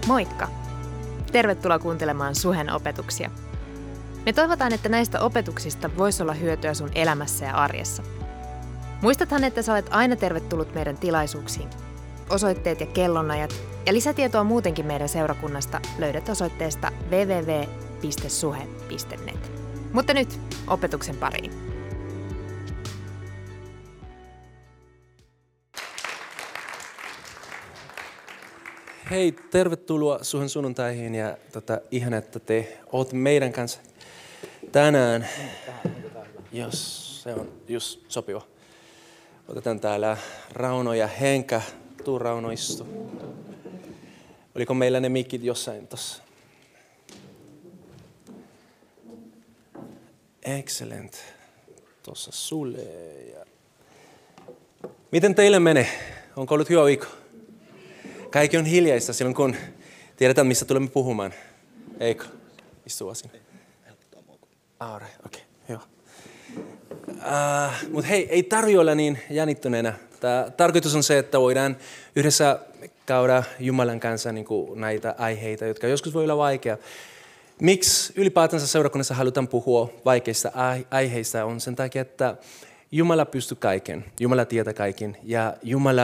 Moikka! Tervetuloa kuuntelemaan Suhen opetuksia. Me toivotaan, että näistä opetuksista voisi olla hyötyä sun elämässä ja arjessa. Muistathan, että sä olet aina tervetullut meidän tilaisuuksiin. Osoitteet ja kellonajat ja lisätietoa muutenkin meidän seurakunnasta löydät osoitteesta www.suhe.net. Mutta nyt opetuksen pariin. Hei, tervetuloa Suhen sunnuntaihin ja ihana, että te olette meidän kanssa tänään. Jos se on just sopiva. Otetaan täällä Rauno ja Henka. Tuu Rauno, istu. Oliko meillä ne mikit jossain tossa? Excellent. Tossa sulle. Ja... Miten teille menee? Onko ollut hyvä viikko? Kaikki on hiljaista silloin, kun tiedetään, missä tulemme puhumaan. Eikö? Istua sinne. Okei, hyvä. Mutta hei, ei tarvitse olla niin jännittyneenä. Tarkoitus on se, että voidaan yhdessä käydä Jumalan kanssa niin kuin näitä aiheita, jotka joskus voi olla vaikea. Miksi ylipäätänsä seurakunnassa halutaan puhua vaikeista aiheista on sen takia, että Jumala pystyy kaiken. Jumala tietää kaiken ja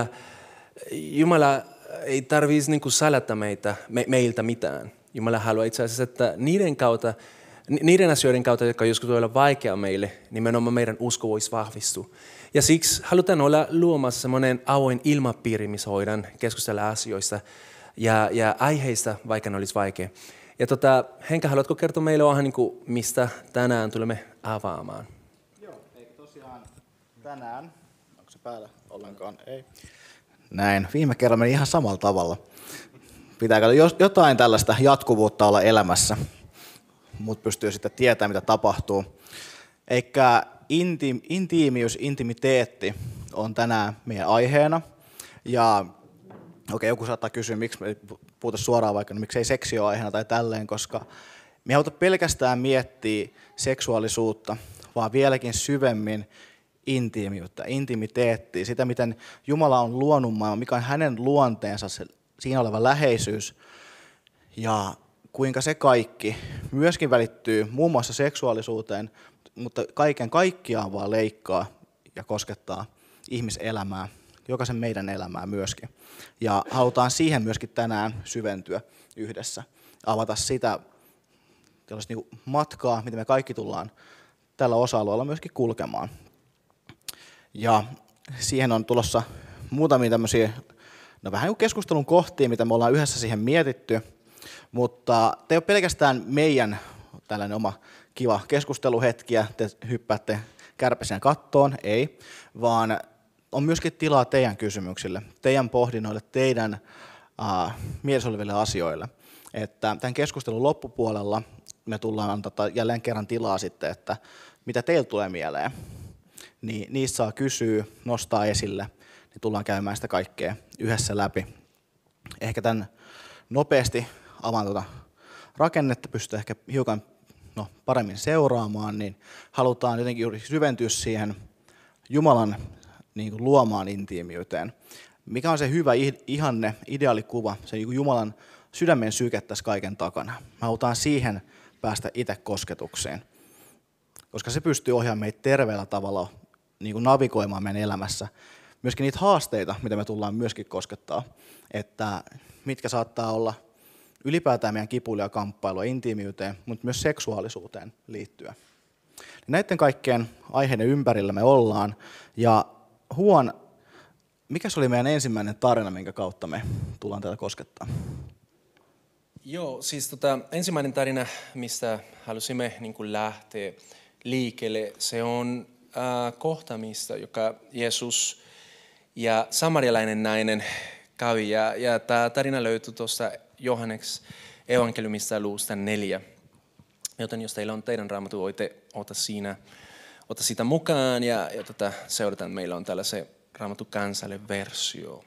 Jumala ei tarvitsisi niin kuin salata meiltä mitään. Jumala haluaa itse asiassa, että niiden asioiden kautta, jotka joskus voi olla vaikea meille, nimenomaan meidän usko voisi vahvistua. Ja siksi halutaan olla luomassa semmoinen avoin ilmapiiri, missä voidaan keskustella asioista ja aiheista, vaikka ne olisi vaikea. Ja Henka, haluatko kertoa meille vähän, niin kuin, mistä tänään tulemme avaamaan? Joo, eikö tosiaan tänään, onko se päällä ollenkaan? Ei. Näin, viime kerralla meni ihan samalla tavalla. Pitääkö jotain tällaista jatkuvuutta olla elämässä, mutta pystyy sitten tietämään, mitä tapahtuu. Eikä intiimiys, intimiteetti on tänään meidän aiheena. Ja joku saattaa kysyä, miksi me puhuta suoraan vaikka, miksi ei seksi ole aiheena tai tälleen, koska me ei haluta pelkästään miettiä seksuaalisuutta, vaan vieläkin syvemmin intiimiyttä, intimiteettiä, sitä miten Jumala on luonut maailman, mikä on hänen luonteensa, siinä oleva läheisyys ja kuinka se kaikki myöskin välittyy muun muassa seksuaalisuuteen, mutta kaiken kaikkiaan vaan leikkaa ja koskettaa ihmiselämää, jokaisen meidän elämää myöskin. Ja halutaan siihen myöskin tänään syventyä yhdessä, avata sitä niin matkaa, mitä me kaikki tullaan tällä osa-alueella myöskin kulkemaan. Ja siihen on tulossa muutamia tämmöisiä, vähän niin kuin keskustelun kohtia, mitä me ollaan yhdessä siihen mietitty, mutta te ei ole pelkästään meidän tällainen oma kiva keskusteluhetki ja te hyppäätte kärpäsen kattoon, ei, vaan on myöskin tilaa teidän kysymyksille, teidän pohdinnoille, teidän mielessä oleville asioille. Että tämän keskustelun loppupuolella me tullaan antaa jälleen kerran tilaa sitten, että mitä teillä tulee mieleen. Niin niistä saa kysyä, nostaa esille, niin tullaan käymään sitä kaikkea yhdessä läpi. Ehkä tämän nopeasti avaan rakennetta, pystyy ehkä hiukan paremmin seuraamaan, niin halutaan jotenkin juuri syventyä siihen Jumalan niin kuin luomaan intiimiyteen. Mikä on se hyvä ihanne, ideaalikuva, se Jumalan sydämen syke tässä kaiken takana. Me halutaan siihen päästä itse kosketukseen, koska se pystyy ohjaamaan meitä terveellä tavalla niin kuin navigoimaan meidän elämässä. Myöskin niitä haasteita, mitä me tullaan myöskin koskettaa, että mitkä saattaa olla ylipäätään meidän kipuilu ja kamppailua intiimiyteen, mutta myös seksuaalisuuteen liittyen. Näiden kaikkien aiheiden ympärillä me ollaan. Ja Huon, mikä oli meidän ensimmäinen tarina, minkä kautta me tullaan tätä koskettaa? Joo, siis ensimmäinen tarina, mistä halusimme niin kuin lähteä liikkeelle, se on kohtaamista, joka Jeesus ja samarialainen nainen kävi. Ja tämä tarina löytyy tuosta Johannes evankeliumista luvusta 4. Joten jos teillä on teidän raamattu, voitte ottaa sitä mukaan ja seurataan. Meillä on täällä se raamattu kansalle versio.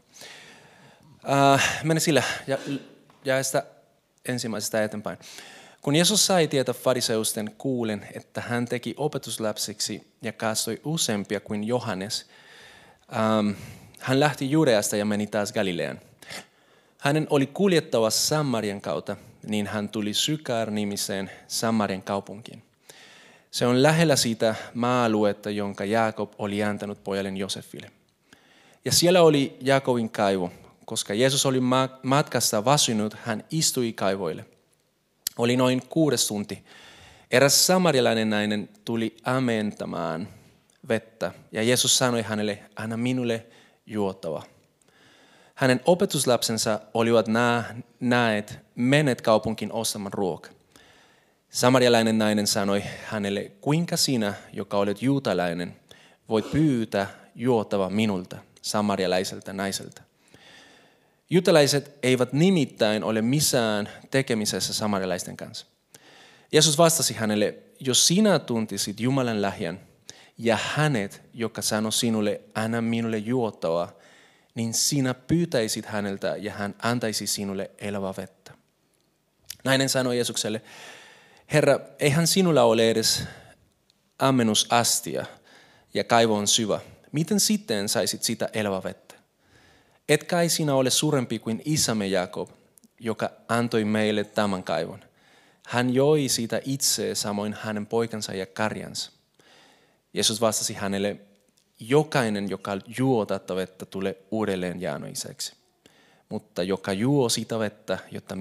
Mene sillä ja sitä ensimmäisestä eteenpäin. Kun Jeesus sai tietää fariseusten kuulen, että hän teki opetuslapsiksi ja kastoi useampia kuin Johannes, hän lähti Judeasta ja meni taas Galileaan. Hänen oli kuljettava Samarian kautta, niin hän tuli Sykar-nimiseen Samarian kaupunkiin. Se on lähellä sitä maa-aluetta, jonka Jaakob oli antanut pojalleen Josefille. Ja siellä oli Jaakobin kaivo. Koska Jeesus oli matkasta väsynyt, hän istui kaivoille. Oli noin 6 tunti. Eräs samarialainen nainen tuli amentamaan vettä, ja Jeesus sanoi hänelle, anna minulle juotava. Hänen opetuslapsensa olivat näet menneet kaupunkiin ostamaan ruokaa. Samarialainen nainen sanoi hänelle, kuinka sinä, joka olet juutalainen, voit pyytää juotava minulta, samarialaiselta naiselta. Juutalaiset eivät nimittäin ole missään tekemisessä samarialaisten kanssa. Jeesus vastasi hänelle, jos sinä tuntisit Jumalan lahjan ja hänet, joka sanoi sinulle, anna minulle juotavaa, niin sinä pyytäisit häneltä ja hän antaisi sinulle elävää vettä. Nainen sanoi Jeesukselle, Herra, eihän sinulla ole edes ammennusastia ja kaivo on syvä. Miten sitten saisit sitä elävää vettä? Et kai sinä ole suurempi kuin isämme Jaakob, joka antoi meille tämän kaivon. Hän joi siitä itse, samoin hänen poikansa ja karjansa. Jeesus vastasi hänelle, jokainen, joka juo tätä vettä, tulee uudelleen jäännöiseksi. Mutta joka juo sitä vettä,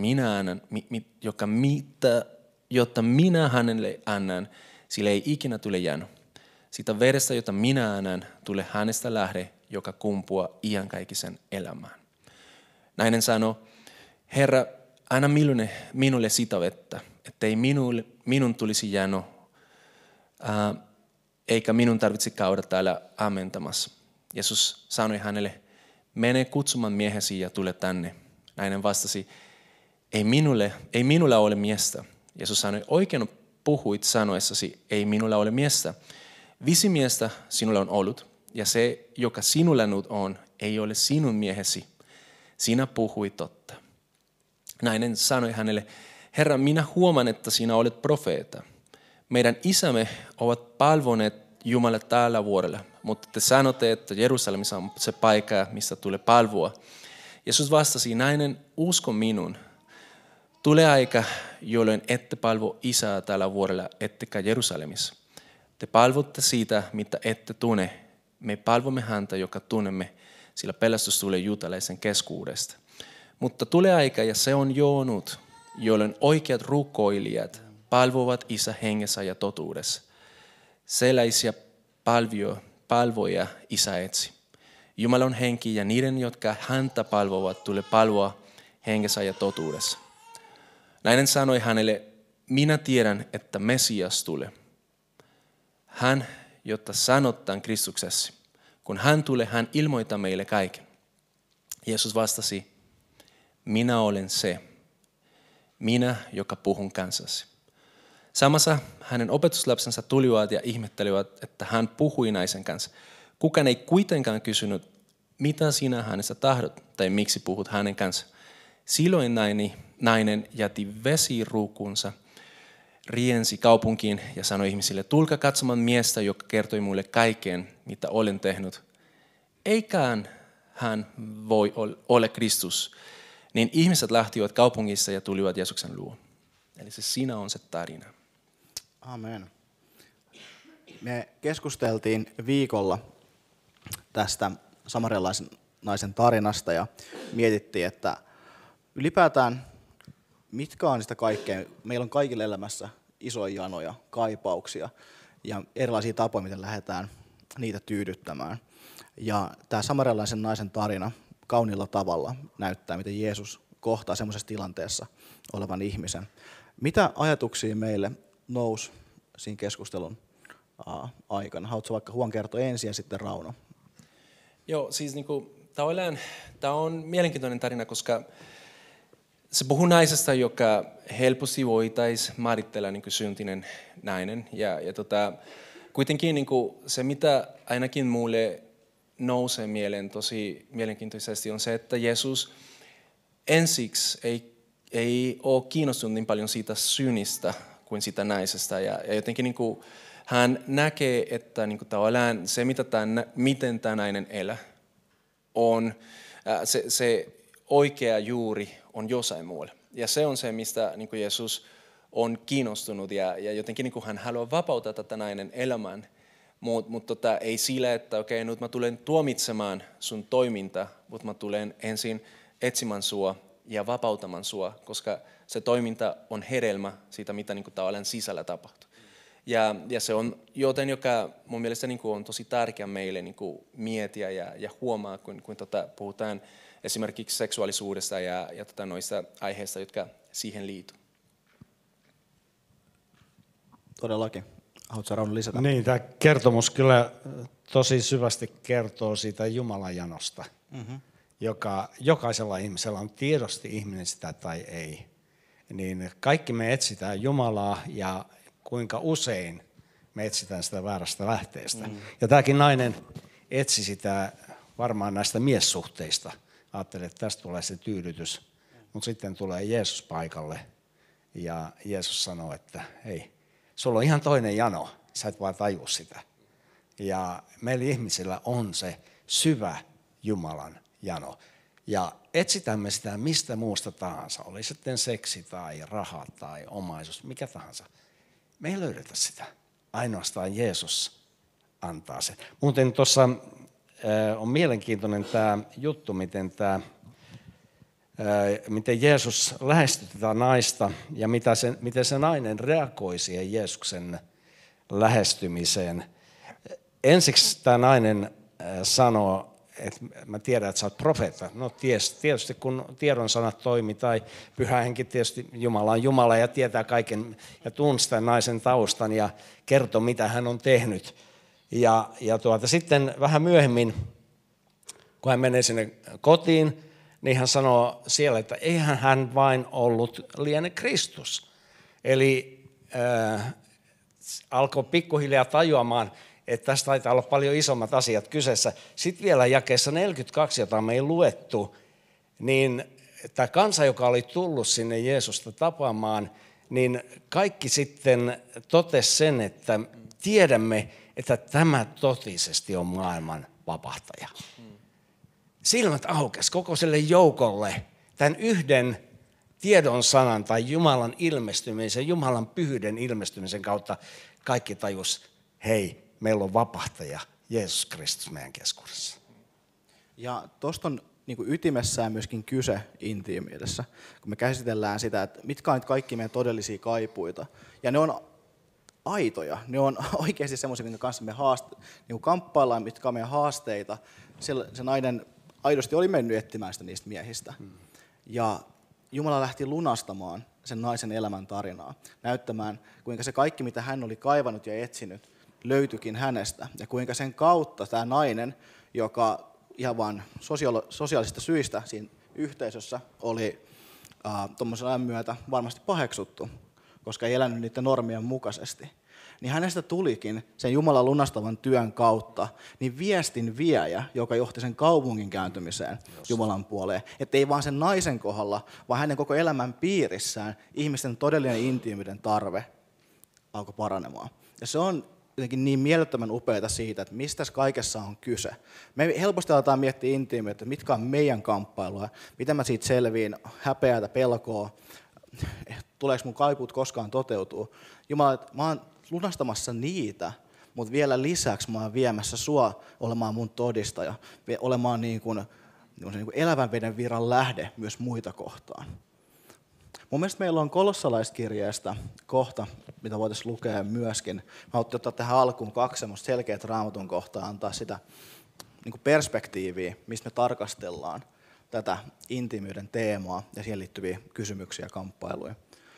jotta minä hänelle annan, sillä ei ikinä tule jäänyt. Sitä vedestä, jota minä annan, tulee hänestä lähde, joka kumpuaa iankaikkisen elämään. Nainen sanoi, Herra, anna minulle sitä vettä, ettei minun tulisi jäänyt, eikä minun tarvitse käydä täällä ammentamassa. Jeesus sanoi hänelle, mene kutsumaan miehesi ja tule tänne. Nainen vastasi, ei minulla ole miestä. Jeesus sanoi, oikein puhuit sanoessasi, ei minulla ole miestä. 5 miestä sinulla on ollut, ja se, joka sinulla nyt on, ei ole sinun miehesi. Sinä puhuit totta. Nainen sanoi hänelle, Herra, minä huomaan, että sinä olet profeetta. Meidän isämme ovat palvoneet Jumala täällä vuorella, mutta te sanotte, että Jerusalemissa on se paikka, mistä tulee palvoa. Jeesus vastasi, nainen, usko minun. Tulee aika, jolloin ette palvo isää täällä vuorella, ettekä Jerusalemissa. Te palvotte siitä, mitä ette tunne. Me palvomme häntä, joka tunnemme, sillä pelastus tulee juutalaisen keskuudesta. Mutta tulee aika, ja se on jo nyt, jolloin oikeat rukoilijat palvovat isä hengessä ja totuudessa. Sellaisia palvoja isä etsi. Jumala on henki, ja niiden, jotka häntä palvovat, tulee palvoa hengessä ja totuudessa. Nainen sanoi hänelle, minä tiedän, että Messias tulee. Hän, jotta sanotaan Kristuksessa. Kun hän tulee, hän ilmoittaa meille kaiken. Jeesus vastasi, minä olen se, minä, joka puhun kanssasi. Samassa hänen opetuslapsensa tulivat ja ihmettelivät, että hän puhui naisen kanssa. Kukaan ei kuitenkaan kysynyt, mitä sinä hänessä tahdot tai miksi puhut hänen kanssa. Silloin nainen jätti vesiruukunsa, riensi kaupunkiin ja sanoi ihmisille, tulkaa katsomaan miestä, joka kertoi mulle kaiken, mitä olen tehnyt. Eikään hän voi olla Kristus. Niin ihmiset lähtivät kaupungissa ja tulivat Jeesuksen luo. Eli siinä on se tarina. Amen. Me keskusteltiin viikolla tästä samarialaisen naisen tarinasta ja mietittiin, että ylipäätään mitkä on sitä kaikkea. Meillä on kaikilla elämässä isoja janoja, kaipauksia ja erilaisia tapoja, miten lähdetään niitä tyydyttämään. Ja tämä samarialaisen naisen tarina kauniilla tavalla näyttää, miten Jeesus kohtaa semmoisessa tilanteessa olevan ihmisen. Mitä ajatuksia meille nousi siinä keskustelun aikana? Haluatko vaikka Huon kertoa ensin ja sitten Rauno? Joo, siis tavallaan tämä on mielenkiintoinen tarina, koska se puhuu naisesta, joka helposti voitaisiin määritellä syntinen nainen. Ja kuitenkin se, mitä ainakin mulle nousee mieleen tosi mielenkiintoisesti, on se, että Jeesus ensiksi ei ole kiinnostunut niin paljon siitä synnistä kuin siitä naisesta. Ja jotenkin hän näkee, että tavallaan se, miten tämä nainen elää, on, se oikea juuri on jossain muualla. Ja se on se, mistä niin kuin Jeesus on kiinnostunut ja jotenkin niin kuin hän haluaa vapauttaa tätä nainen elämään. Mutta ei sillä, että okei, nyt mä tulen tuomitsemaan sun toiminta, mutta mä tulen ensin etsimään sua ja vapautamaan sua, koska se toiminta on hedelmä siitä, mitä niin kuin tavallaan sisällä tapahtuu. Ja se on joten, joka mun mielestä niin kuin on tosi tärkeä meille niin kuin miettiä ja huomaa, kun puhutaan esimerkiksi seksuaalisuudesta ja noista aiheista, jotka siihen liittyy. Todellakin. Haluatko Rauno lisätä? Niin, tämä kertomus kyllä tosi syvästi kertoo siitä Jumalan janosta, joka jokaisella ihmisellä on tiedosti ihminen sitä tai ei. Niin kaikki me etsitään Jumalaa ja kuinka usein me etsitään sitä väärästä lähteestä. Ja tämäkin nainen etsi sitä varmaan näistä miessuhteista. Ajattelin, että tästä tulee se tyydytys, mutta sitten tulee Jeesus paikalle ja Jeesus sanoo, että hei, sulla on ihan toinen jano, sä et vaan tajua sitä. Ja meillä ihmisillä on se syvä Jumalan jano. Ja etsitään me sitä mistä muusta tahansa, oli sitten seksi tai raha tai omaisuus, mikä tahansa. Me ei löydetä sitä. Ainoastaan Jeesus antaa sen. Muuten tuossa on mielenkiintoinen tämä juttu, miten Jeesus lähestyi tätä naista ja miten se nainen reagoi siihen Jeesuksen lähestymiseen. Ensiksi tämä nainen sanoo, että mä tiedän, että sä oot profeetta. No tietysti kun tiedon sanat toimi tai Pyhä Henki tietysti Jumala on Jumala ja tietää kaiken ja tunsi tämän naisen taustan ja kertoo mitä hän on tehnyt. Ja sitten vähän myöhemmin, kun hän menee sinne kotiin, niin hän sanoo siellä, että eihän hän vain ollut liene Kristus. Eli alkoi pikkuhiljaa tajuamaan, että tässä taitaa olla paljon isommat asiat kyseessä. Sitten vielä jakeessa 42, jota me ei luettu, niin tämä kansa, joka oli tullut sinne Jeesusta tapaamaan, niin kaikki sitten totesi sen, että tiedämme, että tämä totisesti on maailman vapahtaja. Silmät aukesi koko sille joukolle tämän yhden tiedon sanan tai Jumalan ilmestymisen, Jumalan pyhyyden ilmestymisen kautta kaikki tajus, hei, meillä on vapahtaja, Jeesus Kristus meidän keskuudessa. Ja tuosta on niin kuin ytimessään myöskin kyse intiimiydessä, kun me käsitellään sitä, että mitkä on kaikki meidän todellisia kaipuita. Ja ne on aitoja, ne on oikeasti semmoisia, minkä kanssa me niin kamppaillaan, mitkä on meidän haasteita. Se nainen aidosti oli mennyt etsimään sitä niistä miehistä. Ja Jumala lähti lunastamaan sen naisen elämän tarinaa, näyttämään, kuinka se kaikki, mitä hän oli kaivannut ja etsinyt, löytyikin hänestä. Ja kuinka sen kautta tämä nainen, joka ihan vain sosiaalisista syistä siinä yhteisössä oli tuommoisen ajan myötä varmasti paheksuttu, koska ei elänyt niiden normien mukaisesti, niin hänestä tulikin sen Jumalan lunastavan työn kautta niin viestin viejä, joka johti sen kaupungin kääntymiseen Jumalan puoleen. Että ei vaan sen naisen kohdalla, vaan hänen koko elämän piirissään ihmisten todellinen intiimiyden tarve alkoi paranemaan. Ja se on jotenkin niin mielettömän upeata siitä, että mistä kaikessa on kyse. Me helposti aletaan miettiä intiimiyttä, mitkä on meidän kamppailua, miten mä siitä selviin, häpeätä, pelkoa, tuleeko mun kaipuut koskaan toteutuu. Jumala, mä oon lunastamassa niitä, mutta vielä lisäksi mä oon viemässä sua olemaan mun todistaja, olemaan niin kuin elävän veden virran lähde myös muita kohtaan. Mun mielestä meillä on kolossalaiskirjeestä kohta, mitä voitaisiin lukea myöskin. Mä haluan ottaa tähän alkuun 2 semmoista selkeät Raamatun kohtaa, antaa sitä niin kuin perspektiiviä, mistä me tarkastellaan tätä intiimiyden teemaa ja siihen liittyviä kysymyksiä ja kamppailuja.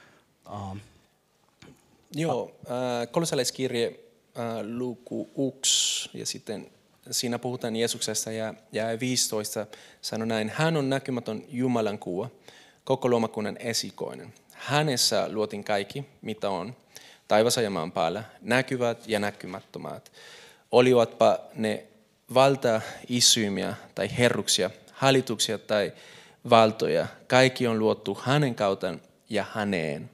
Kolossalaiskirje luku 1 ja sitten siinä puhutaan Jeesuksesta ja 15 sanoo näin, hän on näkymätön Jumalan kuva, koko luomakunnan esikoinen. Hänessä luotiin kaikki, mitä on, taivassa ja maan päällä, näkyvät ja näkymättömät. Olivatpa ne valtaisyymiä tai herruksia, hallituksia tai valtoja. Kaikki on luotu hänen kauttaan ja häneen.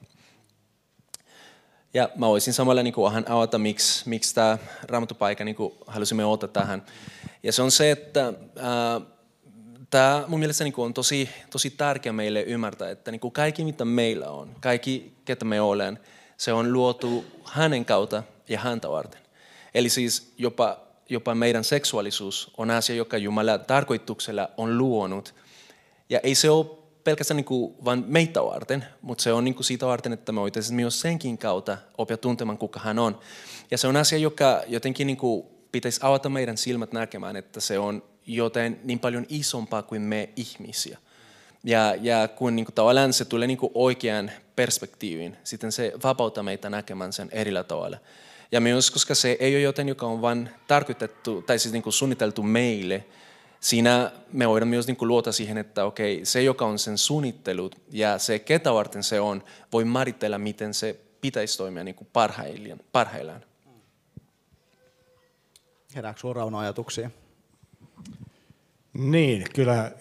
Ja mä voisin samalla niin kuin avata, miksi tämä raamattupaikka niin halusimme ottaa tähän. Ja se on se, että tämä mun mielestä niin kuin on tosi tärkeä meille ymmärtää, että niin kuin kaikki mitä meillä on, kaikki ketä me olen, se on luotu hänen kautta ja häntä varten. Eli siis jopa meidän seksuaalisuus on asia, joka Jumala tarkoituksella on luonut. Ja ei se ole pelkästään niin kuin vain meitä varten, mutta se on niin kuin siitä varten, että me voitaisiin myös senkin kautta oppia tuntemaan, kuka hän on. Ja se on asia, joka jotenkin niin kuin pitäisi avata meidän silmät näkemään, että se on jotain niin paljon isompaa kuin me ihmisiä. Ja kun niin kuin tavallaan se tulee niin kuin oikean perspektiiviin, sitten se vapauttaa meitä näkemään sen erillä tavalla. Ja myös, koska se ei ole jotain, joka on vain tarkoitettu, tai siis niin kuin suunniteltu meille, siinä me voidaan myös niin kuin luota siihen, että okei, se, joka on sen suunnittelut ja se, ketä varten se on, voi määritellä, miten se pitäisi toimia niin kuin parhaillaan. Herääkö sinulla Rauno ajatuksia? Niin, kyllä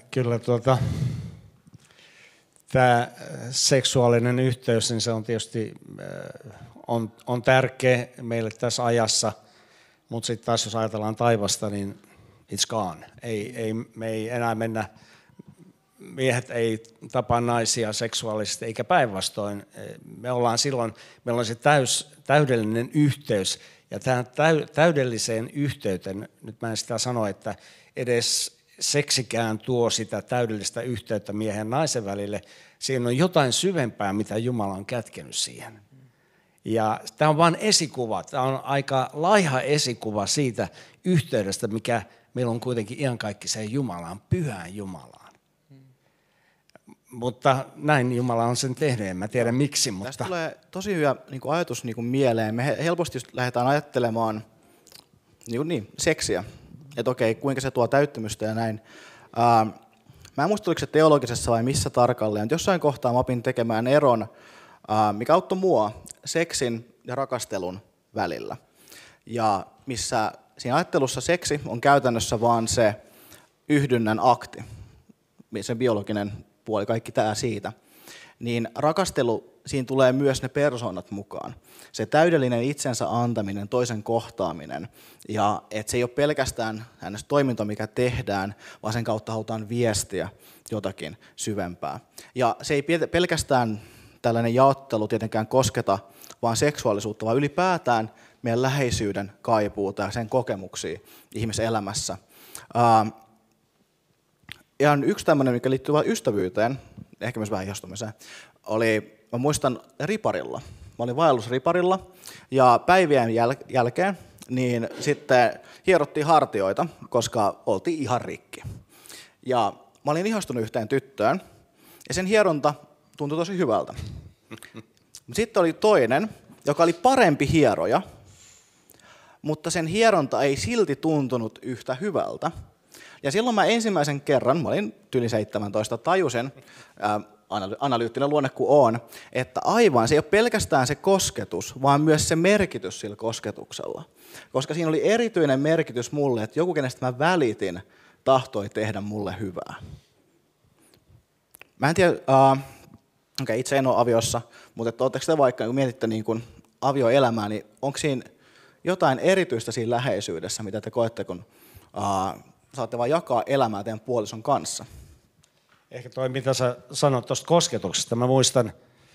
tämä seksuaalinen yhteys, niin se on tietysti on tärkeä meille tässä ajassa, mutta sitten taas jos ajatellaan taivasta, niin it's gone. Me ei enää mennä, miehet ei tapaa naisia seksuaalisesti eikä päinvastoin. Meillä on se täydellinen yhteys. Ja tähän täydelliseen yhteyteen, nyt mä en sitä sano, että edes seksikään tuo sitä täydellistä yhteyttä miehen ja naisen välille. Siinä on jotain syvempää, mitä Jumala on kätkenyt siihen. Ja tämä on vain esikuva, tämä on aika laiha esikuva siitä yhteydestä, mikä meillä on kuitenkin iankaikkiseen Jumalaan, pyhään Jumalaan. Mutta näin Jumala on sen tehnyt, en mä tiedä miksi. Mutta tästä tulee tosi hyvä niin kuin ajatus niin kuin mieleen. Me helposti lähdetään ajattelemaan seksiä, että okei, kuinka se tuo täyttymystä ja näin. Mä en muista, oliko se teologisessa vai missä tarkalleen. Jossain kohtaa mä opin tekemään eron, mikä auttoi mua seksin ja rakastelun välillä. Ja missä siinä ajattelussa seksi on käytännössä vaan se yhdynnän akti, se biologinen puoli, kaikki tämä siitä, niin rakastelu, siinä tulee myös ne persoonat mukaan. Se täydellinen itsensä antaminen, toisen kohtaaminen, ja että se ei ole pelkästään toiminta, mikä tehdään, vaan sen kautta halutaan viestiä jotakin syvempää. Ja se ei pelkästään tällainen jaottelu tietenkään kosketa vaan seksuaalisuutta, vaan ylipäätään meidän läheisyyden kaipuuta ja sen kokemuksia ihmiselämässä. Ja yksi tämmöinen, mikä liittyy vain ystävyyteen, ehkä myös vähän ihastumiseen, mä muistan riparilla. Mä olin vaellusriparilla ja päivien jälkeen niin sitten hierottiin hartioita, koska oltiin ihan rikki. Ja mä olin ihastunut yhteen tyttöön ja sen hieronta tuntui tosi hyvältä. Sitten oli toinen, joka oli parempi hieroja, mutta sen hieronta ei silti tuntunut yhtä hyvältä. Ja silloin mä ensimmäisen kerran, mä olin yli 17, tajusin, analyyttinen luonne kuin on, että aivan se ei ole pelkästään se kosketus, vaan myös se merkitys sillä kosketuksella. Koska siinä oli erityinen merkitys mulle, että joku, kenestä mä välitin, tahtoi tehdä mulle hyvää. Mä en tiedä, itse en ole aviossa, mutta oletteko te vaikka, kun mietitte niin kuin avioelämää, niin onko siinä jotain erityistä siinä läheisyydessä, mitä te koette, kun saatte vaan jakaa elämää teidän puolison kanssa? Ehkä toi, mitä sä sanot tuosta kosketuksesta. Mä muistan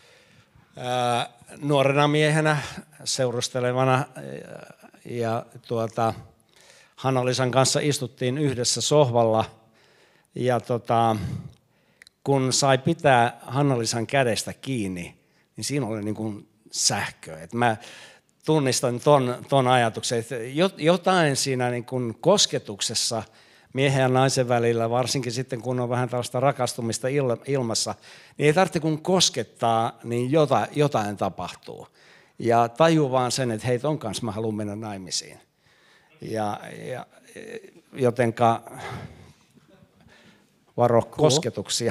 nuorena miehenä seurustelevana ja Hanna-Liisan kanssa istuttiin yhdessä sohvalla ja kun sai pitää Hanna-Liisan kädestä kiinni, niin siinä oli niin kuin sähkö. Et mä tunnistan ton ajatuksen, että jotain siinä niin kuin kosketuksessa miehen ja naisen välillä, varsinkin sitten kun on vähän tällaista rakastumista ilmassa, niin ei tarvitse kun koskettaa, niin jotain tapahtuu. Ja tajuu vaan sen, että hei, ton kanssa mä haluan mennä naimisiin. Ja jotenka varo kosketuksia.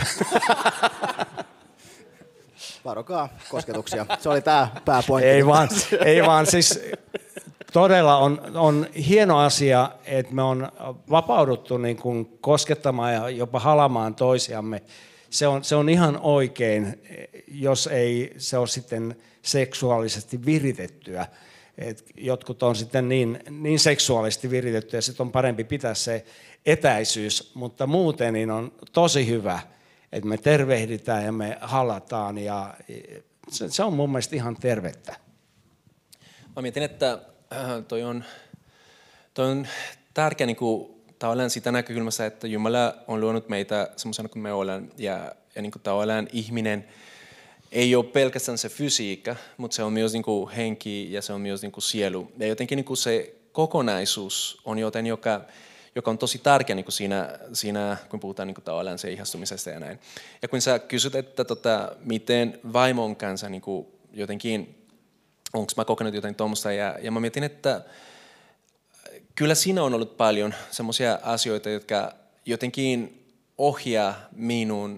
Varokaa kosketuksia. Se oli tämä pääpointti. Ei vaan siis todella on hieno asia, että me on vapauduttu niin kuin koskettamaan ja jopa halamaan toisiamme. Se on ihan oikein, jos ei se ole sitten seksuaalisesti viritettyä. jotkut on sitten niin seksuaalisesti viritetty ja sitten on parempi pitää se etäisyys, mutta muuten niin on tosi hyvä, että me tervehditään ja me halataan ja se on mun mielestä ihan tervettä. Mä mietin, että toi on tärkeä niin kuin, tavallaan sitä näkökulmasta, että Jumala on luonut meitä semmoisena kuin me ollaan ja niin kuin, tavallaan ihminen ei ole pelkästään se fysiikka, mutta se on myös niin kuin, henki ja se on myös niin kuin, sielu. Ja jotenkin niin kuin, se kokonaisuus on joten, joka on tosi tärkeä niin kuin siinä, kun puhutaan niin kuin, tavallaan se ihastumisesta ja näin. Ja kun sä kysyt, että miten vaimon kanssa niin kuin, jotenkin, onko mä kokenut jotain tuommoista, ja mä mietin, että kyllä siinä on ollut paljon semmoisia asioita, jotka jotenkin ohjaa minun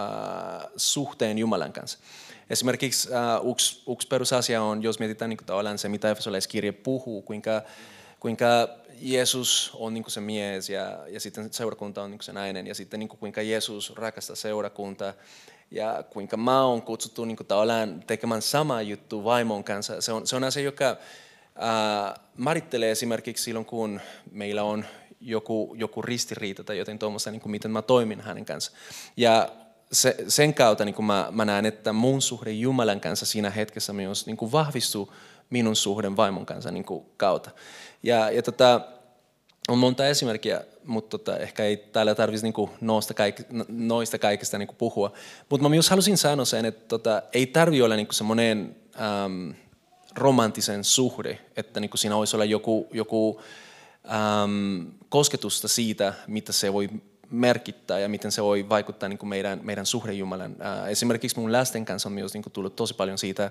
suhteen Jumalan kanssa. Esimerkiksi yksi perusasia on, jos mietitään niin tavallaan se, mitä Efesolaiskirja puhuu, kuinka Jeesus on niin se mies ja sitten seurakunta on niin se nainen ja sitten niin kuinka Jeesus rakastaa seurakuntaa ja kuinka mä oon kutsuttu niin tavallaan tekemään sama juttu vaimon kanssa. Se on asia, joka määrittelee esimerkiksi silloin, kun meillä on joku ristiriita tai jotain tuommoista, niin miten mä toimin hänen kanssa. Ja sen kautta niin mä näen, että mun suhde Jumalan kanssa siinä hetkessä myös niin vahvistuu minun suhden vaimon kanssa niin kautta. Ja on monta esimerkkiä, mutta ehkä ei täällä tarvitsisi niin noista kaikista niin puhua. Mutta mä myös halusin sanoa sen, että ei tarvitse olla niin semmoinen romanttisen suhde, että niin siinä olisi olla joku kosketusta siitä, mitä se voi merkittää ja miten se voi vaikuttaa niin kuin meidän suhde Jumalan. Esimerkiksi mun lasten kanssa on myös niin kuin tullut tosi paljon siitä.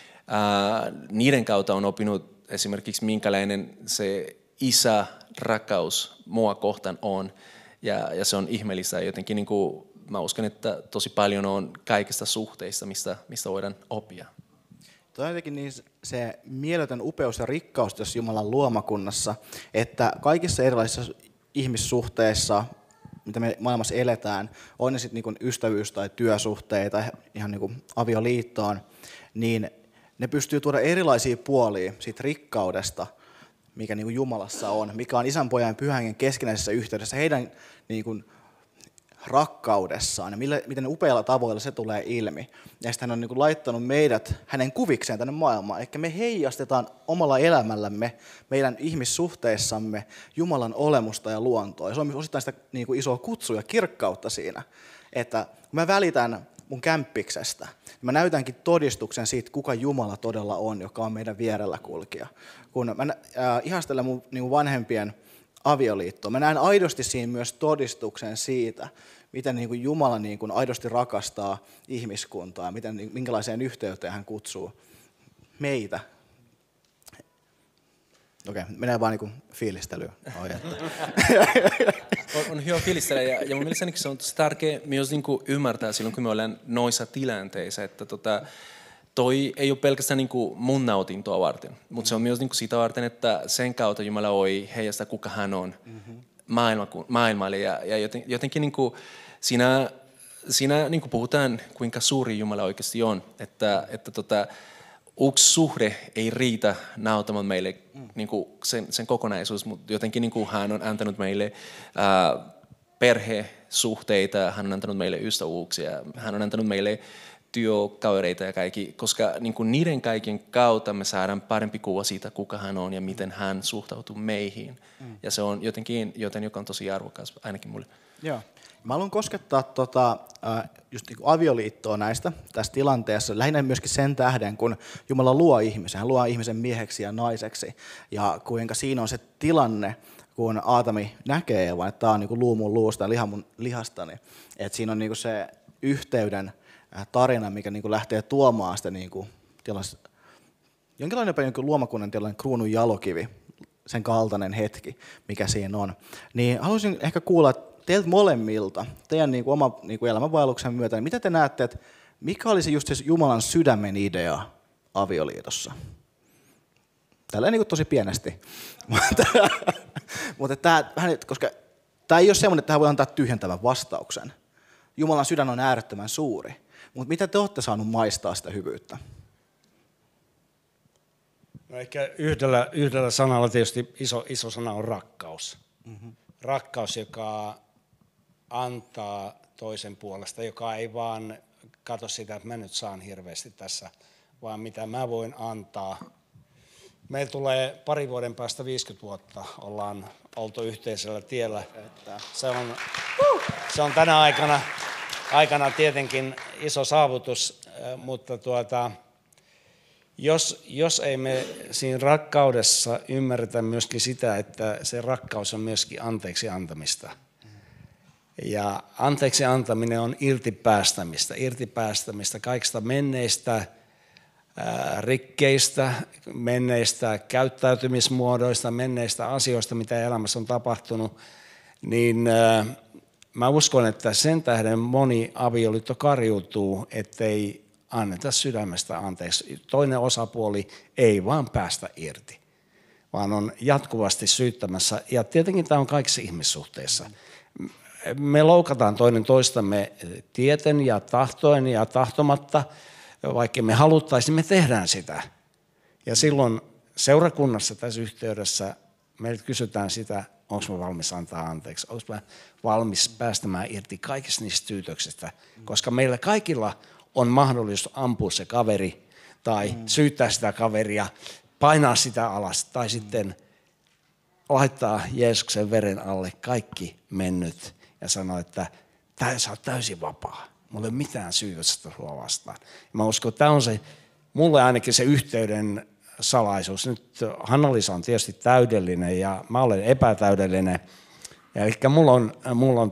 Niiden kautta on oppinut esimerkiksi minkälainen se isä rakkaus mua kohtaan on ja se on ihmeellistä. Jotenkin niin kuin, mä uskon, että tosi paljon on kaikista suhteista, mistä voidaan oppia. Tuo on jotenkin niin se mieletön upeus ja rikkaus tässä Jumalan luomakunnassa, että kaikissa erilaisissa ihmissuhteissa, mitä me maailmassa eletään, on ne sitten niin ystävyys- tai työsuhteita, ihan niin kuin avioliittoon, niin ne pystyy tuoda erilaisia puolia siitä rikkaudesta, mikä niin kuin Jumalassa on, mikä on Isän, Pojan ja Pyhän Hengen keskinäisessä yhteydessä, heidän niin kuin rakkaudessaan ja miten upeilla tavoilla se tulee ilmi. Ja sitten hän on niin kuin laittanut meidät hänen kuvikseen tänne maailmaan. Eli me heijastetaan omalla elämällämme, meidän ihmissuhteissamme Jumalan olemusta ja luontoa. Ja se on myös osittain sitä niin kuin isoa kutsua ja kirkkautta siinä, että kun mä välitän mun kämppiksestä, niin mä näytänkin todistuksen siitä, kuka Jumala todella on, joka on meidän vierellä kulkija. Kun mä ihastelen mun niin vanhempien avioliittoa, mä näen aidosti siinä myös todistuksen siitä, miten niin kuin Jumala niin kuin aidosti rakastaa ihmiskuntaa, minkälaiseen yhteyteen hän kutsuu meitä. Okei, menee vaan niin fiilistelyyn. On hyvä fiilistellä ja mun mielestäni se on tärkeää myös niin kuin ymmärtää silloin, kun me ollaan noissa tilanteissa, että toi ei ole pelkästään niin kuin mun nautintoa varten, mutta se on myös niin kuin sitä varten, että sen kautta Jumala voi heijastaa, kuka hän on maailmalle. Ja jotenkin niin kuin siinä niin kuin puhutaan, kuinka suuri Jumala oikeasti on, että yksi suhde ei riitä nautamaan meille niin kuin sen kokonaisuus, mutta jotenkin niin kuin hän on antanut meille perhesuhteita, hän on antanut meille ystävyyksiä, hän on antanut meille työkavereita ja kaikki, koska niin kuin niiden kaiken kautta me saadaan parempi kuva siitä, kuka hän on ja miten hän suhtautuu meihin. Ja se on jotenkin, joka on tosi arvokas, ainakin mulle. Joo. Mä haluan koskettaa just niin kuin avioliittoa tässä tilanteessa, lähinnä myöskin sen tähden, kun Jumala luo ihmisen, hän luo ihmisen mieheksi ja naiseksi, ja kuinka siinä on se tilanne, kun Aatami näkee Eevan, että tämä on niin kuin luu mun luusta ja liha mun lihastani, että siinä on niin kuin se yhteyden tarina, mikä niin kuin lähtee tuomaan sitä niin kuin jonkinlainen luomakunnan tällainen kruunun jalokivi, sen kaltainen hetki, mikä siinä on. Niin haluaisin ehkä kuulla teiltä molemmilta, teidän niin kuin oma niin kuin elämänvaelluksen myötä, niin mitä te näette, että mikä olisi just se Jumalan sydämen idea avioliitossa? Tällä niin kuin tosi pienesti. Mutta koska tämä ei ole semmoinen, että tähän voi antaa tyhjentävän vastauksen. Jumalan sydän on äärettömän suuri. Mutta mitä te olette saaneet maistaa sitä hyvyyttä? No ehkä yhdellä sanalla tietysti iso sana on rakkaus. Rakkaus, joka antaa toisen puolesta, joka ei vaan katso sitä, että mä nyt saan hirveästi tässä, vaan mitä mä voin antaa. Meillä tulee 2 vuoden päästä 50 vuotta, ollaan oltu yhteisellä tiellä. Se on tänä aikana tietenkin iso saavutus, mutta jos ei me siinä rakkaudessa ymmärretä myöskin sitä, että se rakkaus on myöskin anteeksi antamista. Ja anteeksi antaminen on irtipäästämistä kaikista menneistä rikkeistä, menneistä käyttäytymismuodoista, menneistä asioista, mitä elämässä on tapahtunut, niin mä uskon, että sen tähden moni avioliitto kariutuu, ettei anneta sydämestä anteeksi. Toinen osapuoli ei vaan päästä irti, vaan on jatkuvasti syyttämässä. Ja tietenkin tämä on kaikissa ihmissuhteissa. Me loukataan toinen toistamme tieten ja tahtoen ja tahtomatta, vaikka me haluttaisiin, me tehdään sitä. Ja silloin seurakunnassa tässä yhteydessä meiltä kysytään sitä, onko mä valmis antaa anteeksi, onko mä valmis päästämään irti kaikista niistä syytöksistä, koska meillä kaikilla on mahdollisuus ampua se kaveri tai syyttää sitä kaveria, painaa sitä alas tai sitten laittaa Jeesuksen veren alle kaikki mennyt ja sanoa, että sä oot täysin vapaa. Mulla ei ole mitään syytöstä sua vastaan. Mä uskon, että tämä on se, mulle ainakin se yhteyden salaisuus. Nyt Hanna-Liisa on tietysti täydellinen ja mä olen epätäydellinen. Eli mulla on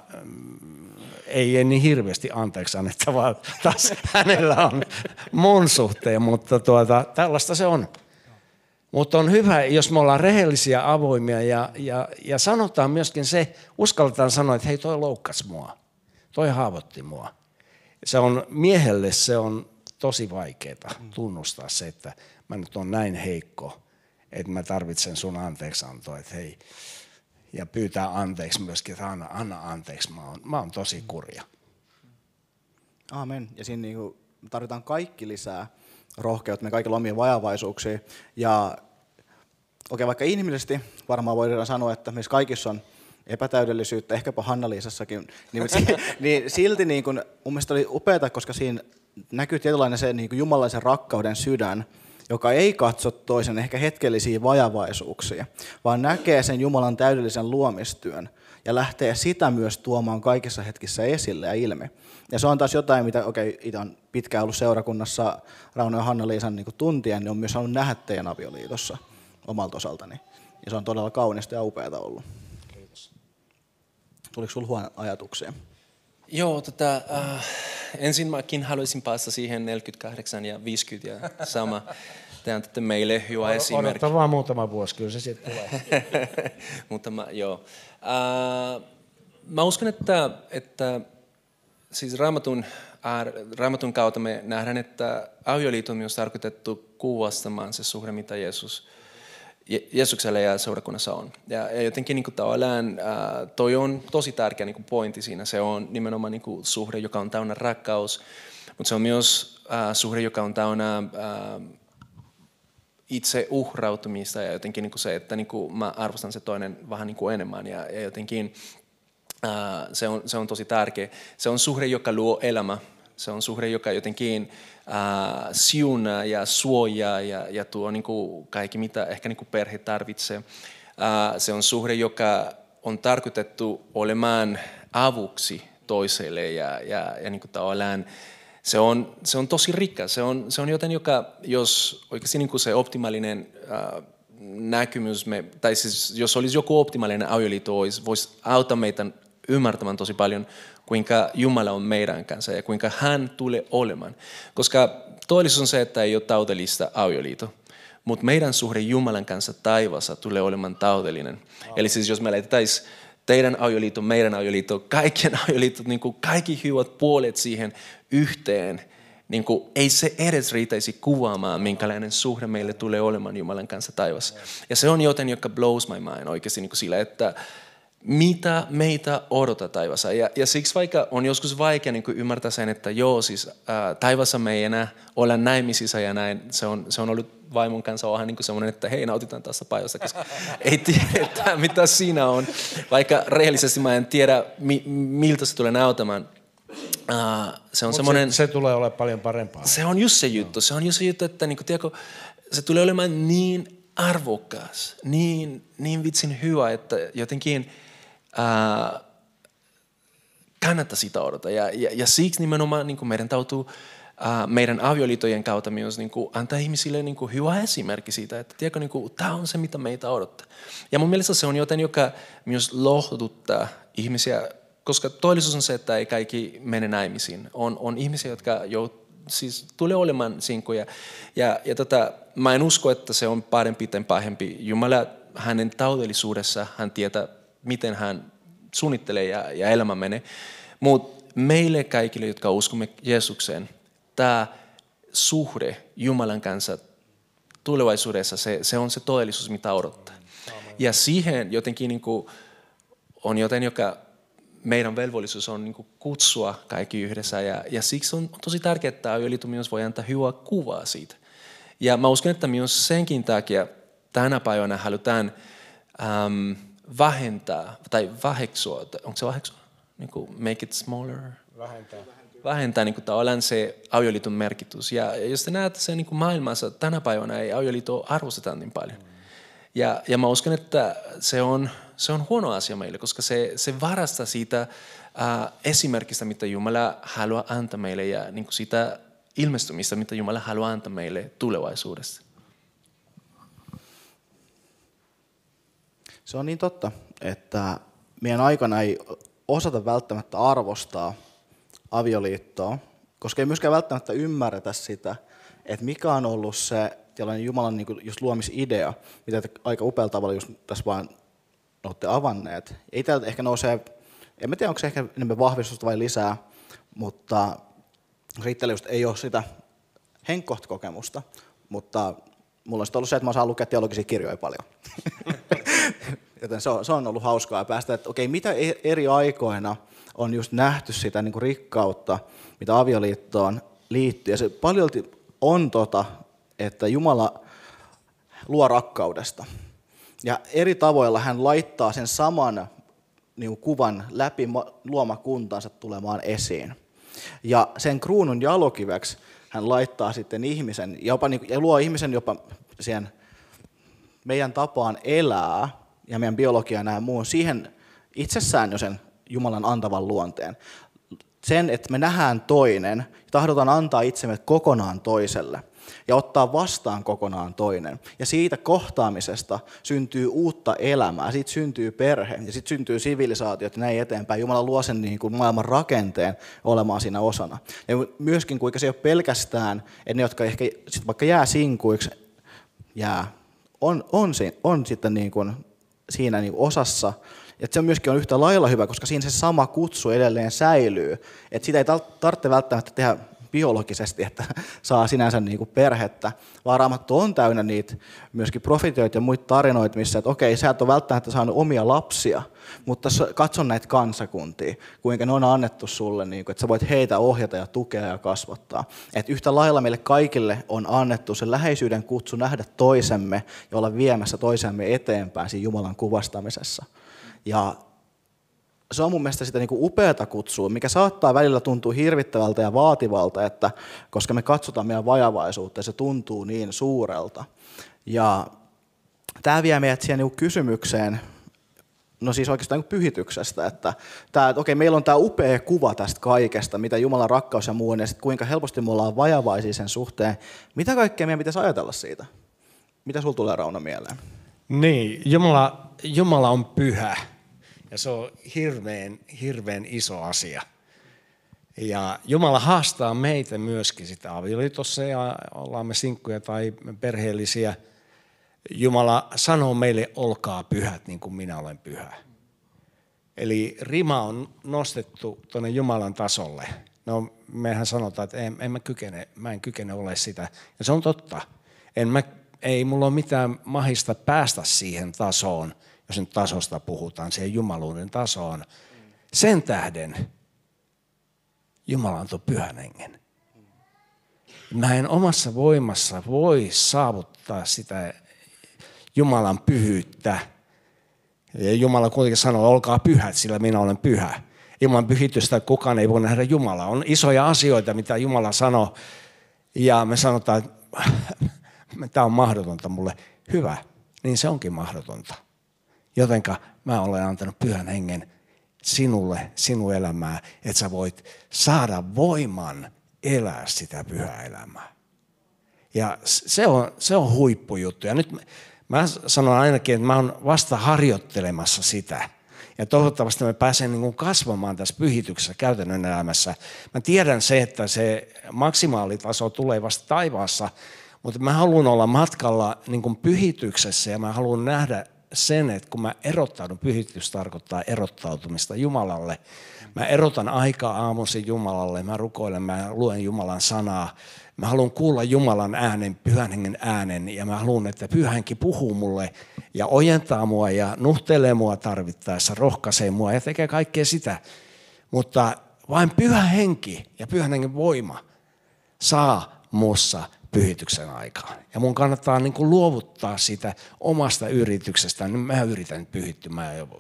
ei niin hirveästi anteeksi annettavaa, taas hänellä on mun suhteen, mutta tällaista se on. Mutta on hyvä, jos me ollaan rehellisiä, avoimia ja sanotaan myöskin se, uskalletaan sanoa, että hei, toi loukkasi mua, toi haavoitti mua. Miehelle se on tosi vaikeaa tunnustaa se, että mä nyt on näin heikko, että mä tarvitsen sun anteeksiantoa, että hei, ja pyytää anteeksi myöskin, että anna anteeksi, mä oon tosi kurja. Aamen. Ja siinä niinku tarvitaan kaikki lisää rohkeutta, me kaikilla omia vajavaisuuksia. Ja vaikka inhimillisesti varmaan voidaan sanoa, että meissä kaikissa on epätäydellisyyttä, ehkäpä Hanna-Liisassakin, niin silti niin kun, mun mielestä oli upeata, koska siinä näkyy tietynlainen se niin jumalaisen rakkauden sydän, joka ei katso toisen ehkä hetkellisiä vajavaisuuksia, vaan näkee sen Jumalan täydellisen luomistyön ja lähtee sitä myös tuomaan kaikissa hetkissä esille ja ilmi. Ja se on taas jotain, mitä itse on pitkään ollut seurakunnassa Rauno ja Hanna-Liisan niin tuntien, niin on myös saanut nähdä teidän avioliitossa omalta osaltani. Ja se on todella kaunista ja upeata ollut. Kiitos. Tuliko sinulla huono ajatuksia? Joo, ensin mäkin haluaisin päästä siihen 48 ja 50 ja sama. Tämä on meille hyvä esimerkki. Odottaa vaan muutama vuosi, kyllä se sitten tulee. Mä uskon, että siis Raamatun kautta me nähdään, että avioliitto on myös tarkoitettu kuvastamaan se suhde, mitä Jeesuksella ja seurakunnassa on. Ja jotenkin niin kuin tavallaan toi on tosi tärkeä niin kuin pointti siinä. Se on nimenomaan niin kuin suhde, joka on täynnä rakkaus, mutta se on myös suhde, joka on täynnä itse uhrautumista ja jotenkin niin kuin se, että niin kuin mä arvostan se toinen vähän niin kuin enemmän ja jotenkin se on tosi tärkeä. Se on suhde, joka luo elämä. Se on suhde, joka jotenkin siunaa ja suojaa ja tuo niin kuin kaikki, mitä ehkä niin kuin perhe tarvitsee. Se on suhde, joka on tarkoitettu olemaan avuksi toiselle ja niin kuin tavallaan se on tosi rikka. Se on joten, joka, jos oikeasti niin kuin se optimaalinen näkymys, tai siis jos olisi joku optimaalinen avioliitto, voisi auttaa meitä ymmärtämään tosi paljon, kuinka Jumala on meidän kanssa ja kuinka hän tulee olemaan. Koska todellisuus on se, että ei ole taudellista avioliitto, mutta meidän suhde Jumalan kanssa taivaassa tulee olemaan taudellinen. Eli siis jos me laitettaisiin teidän avioliitto, meidän avioliitto, kaikkien avioliitot, niin kuin kaikki hyvät puolet siihen yhteen, niin kuin ei se edes riittäisi kuvaamaan, minkälainen suhde meille tulee olemaan Jumalan kanssa taivaassa. Ja se on joten, joka blows my mind oikeasti niin kuin sillä, että mitä meitä odottaa taivassa. Ja siksi vaikka on joskus vaikea niin kuin ymmärtää sen, että joo, siis taivassa me ei enää olla naimisissa ja näin. Se on ollut vaimon kanssa vähän niin kuin semmoinen, että hei, nautitaan tässä paikassa, koska ei tiedä, mitä siinä on. Vaikka rehellisesti mä en tiedä, miltä se tulee näyttämään. Se tulee olemaan paljon parempaa. Se on just se juttu. Se on just se juttu, että niin kuin, tiedätkö, se tulee olemaan niin arvokas, niin vitsin hyvä, että jotenkin kannattaa sitä odottaa. Ja siksi nimenomaan niin kuin meidän täytyy meidän avioliitojen kautta myös niin kuin antaa ihmisille niin kuin hyvä esimerkki siitä, että tiedätkö, niin kuin, tämä on se, mitä meitä odottaa. Ja mun mielestä se on joten, joka myös lohduttaa ihmisiä, koska todellisuus on se, että ei kaikki mene naimisiin. On ihmisiä, jotka siis tulee olemaan sinkkuja. Ja mä en usko, että se on parempi tai pahempi. Jumala hänen täydellisuudessa, hän tietää, miten hän suunnittelee ja elämä menee. Mutta meille kaikille, jotka uskomme Jeesukseen, tämä suhde Jumalan kanssa tulevaisuudessa, se on se todellisuus, mitä odottaa. Ja siihen jotenkin niin kuin, on joten, joka meidän velvollisuus on niin kuin kutsua kaikki yhdessä. Ja siksi on tosi tärkeää, että avioliitto myös voi antaa hyvää kuvaa siitä. Ja mä uskon, että myös senkin takia tänä päivänä halutaan vähentää tai väheksua. Onko se väheksua? Niin kuin make it smaller? Vähentää niin kuin tavallaan se avioliiton merkitys. Ja jos te näette sen niin kuin maailmassa tänä päivänä ei avioliittoa arvosteta niin paljon. Ja mä uskon, että se on huono asia meille, koska se varastaa siitä esimerkistä, mitä Jumala haluaa antaa meille ja niin kuin sitä ilmestymistä, mitä Jumala haluaa antaa meille tulevaisuudessa. Se on niin totta, että meidän aikana ei osata välttämättä arvostaa avioliittoa, koska ei myöskään välttämättä ymmärretä sitä, että mikä on ollut se tällainen Jumalan niin kuin just luomisidea, mitä te aika upealla tavalla just tässä vaan olette avanneet. Ei täältä ehkä nousee, en tiedä onko se ehkä enemmän vahvistusta vai lisää, mutta itsellä just ei ole sitä henkkohtakokemusta, mutta mulla on ollut se, että mä saan lukea teologisia kirjoja paljon. Joten se on ollut hauskaa päästä, että okei, mitä eri aikoina on just nähty sitä niin kuin rikkautta, mitä avioliittoon liittyy. Ja se paljolti on että Jumala luo rakkaudesta. Ja eri tavoilla hän laittaa sen saman niin kuin kuvan läpi luomakuntansa tulemaan esiin. Ja sen kruunun jalokiveksi hän laittaa sitten ihmisen, ja luo ihmisen jopa siihen meidän tapaan elää, ja meidän biologiaan ja muun, siihen itsessään jo sen Jumalan antavan luonteen. Sen, että me nähdään toinen, tahdotaan antaa itsemme kokonaan toiselle ja ottaa vastaan kokonaan toinen. Ja siitä kohtaamisesta syntyy uutta elämää, siitä syntyy perhe ja sitten syntyy sivilisaatiot ja näin eteenpäin. Jumala luo sen niin kuin maailman rakenteen olemaan siinä osana. Ja myöskin kuinka se ei ole pelkästään, että ne, jotka ehkä sit vaikka jää sinkuiksi, on sitten niin kuin siinä niin kuin osassa. Että se myöskin on yhtä lailla hyvä, koska siinä se sama kutsu edelleen säilyy. Että sitä ei tarvitse välttämättä tehdä biologisesti, että saa sinänsä niin kuin perhettä, vaan Raamattu on täynnä niitä myöskin profetioita ja muita tarinoita, missä, että okei, sä et ole välttämättä saanut omia lapsia, mutta katso näitä kansakuntia, kuinka ne on annettu sulle, niin kuin, että sä voit heitä ohjata ja tukea ja kasvattaa. Että yhtä lailla meille kaikille on annettu se läheisyyden kutsu nähdä toisemme ja olla viemässä toisemme eteenpäin siinä Jumalan kuvastamisessa. Ja se on mun mielestä sitä niin kuin upeata kutsua, mikä saattaa välillä tuntua hirvittävältä ja vaativalta, että koska me katsotaan meidän vajavaisuutta ja se tuntuu niin suurelta. Ja tämä vie meidät siihen niin kuin kysymykseen, no siis oikeastaan niin pyhityksestä, että okei, meillä on tämä upea kuva tästä kaikesta, mitä Jumalan rakkaus ja muu on, ja sitten kuinka helposti me ollaan vajavaisia sen suhteen. Mitä kaikkea meidän pitäisi ajatella siitä? Mitä sulla tulee, Rauno, mieleen? Niin, Jumala on pyhä. Ja se on hirveän iso asia. Ja Jumala haastaa meitä myöskin sitä avioliitossa ja ollaan me sinkkuja tai perheellisiä. Jumala sanoo meille, olkaa pyhät niin kuin minä olen pyhä. Eli rima on nostettu tuonne Jumalan tasolle. No mehän sanotaan, että mä en kykene ole sitä. Ja se on totta. Ei mulla ole mitään mahista päästä siihen tasoon, jos nyt tasosta puhutaan, siihen jumaluuden tasoon. Sen tähden Jumala antoi Pyhän Hengen. Mä en omassa voimassa voi saavuttaa sitä Jumalan pyhyyttä. Ja Jumala kuitenkin sanoo, olkaa pyhät, sillä minä olen pyhä. Ilman pyhitystä kukaan ei voi nähdä Jumalaa. On isoja asioita, mitä Jumala sanoo. Ja me sanotaan, että tämä on mahdotonta mulle. Hyvä, niin se onkin mahdotonta. Jotenka mä olen antanut Pyhän Hengen sinulle, sinun elämää, että sä voit saada voiman elää sitä pyhää elämää. Ja se on huippujuttu. Ja nyt mä sanon ainakin, että mä oon vasta harjoittelemassa sitä. Ja toivottavasti me pääsen niin kuin kasvamaan tässä pyhityksessä käytännön elämässä. Mä tiedän se, että se maksimaalitaso tulee vasta taivaassa, mutta mä haluan olla matkalla niin kuin pyhityksessä ja mä haluan nähdä sen, että kun mä erottaudun, pyhitys tarkoittaa erottautumista Jumalalle. Mä erotan aikaa aamuisin Jumalalle, mä rukoilen, mä luen Jumalan sanaa. Mä haluan kuulla Jumalan äänen, Pyhän Hengen äänen ja mä haluan, että Pyhä Henki puhuu mulle ja ojentaa mua ja nuhtelee mua tarvittaessa, rohkaisee mua ja tekee kaikkea sitä. Mutta vain Pyhä Henki ja Pyhän Hengen voima saa muussa pyhityksen aikaan. Ja mun kannattaa niin kuin luovuttaa sitä omasta yrityksestä. Nyt mä yritän pyhittyä.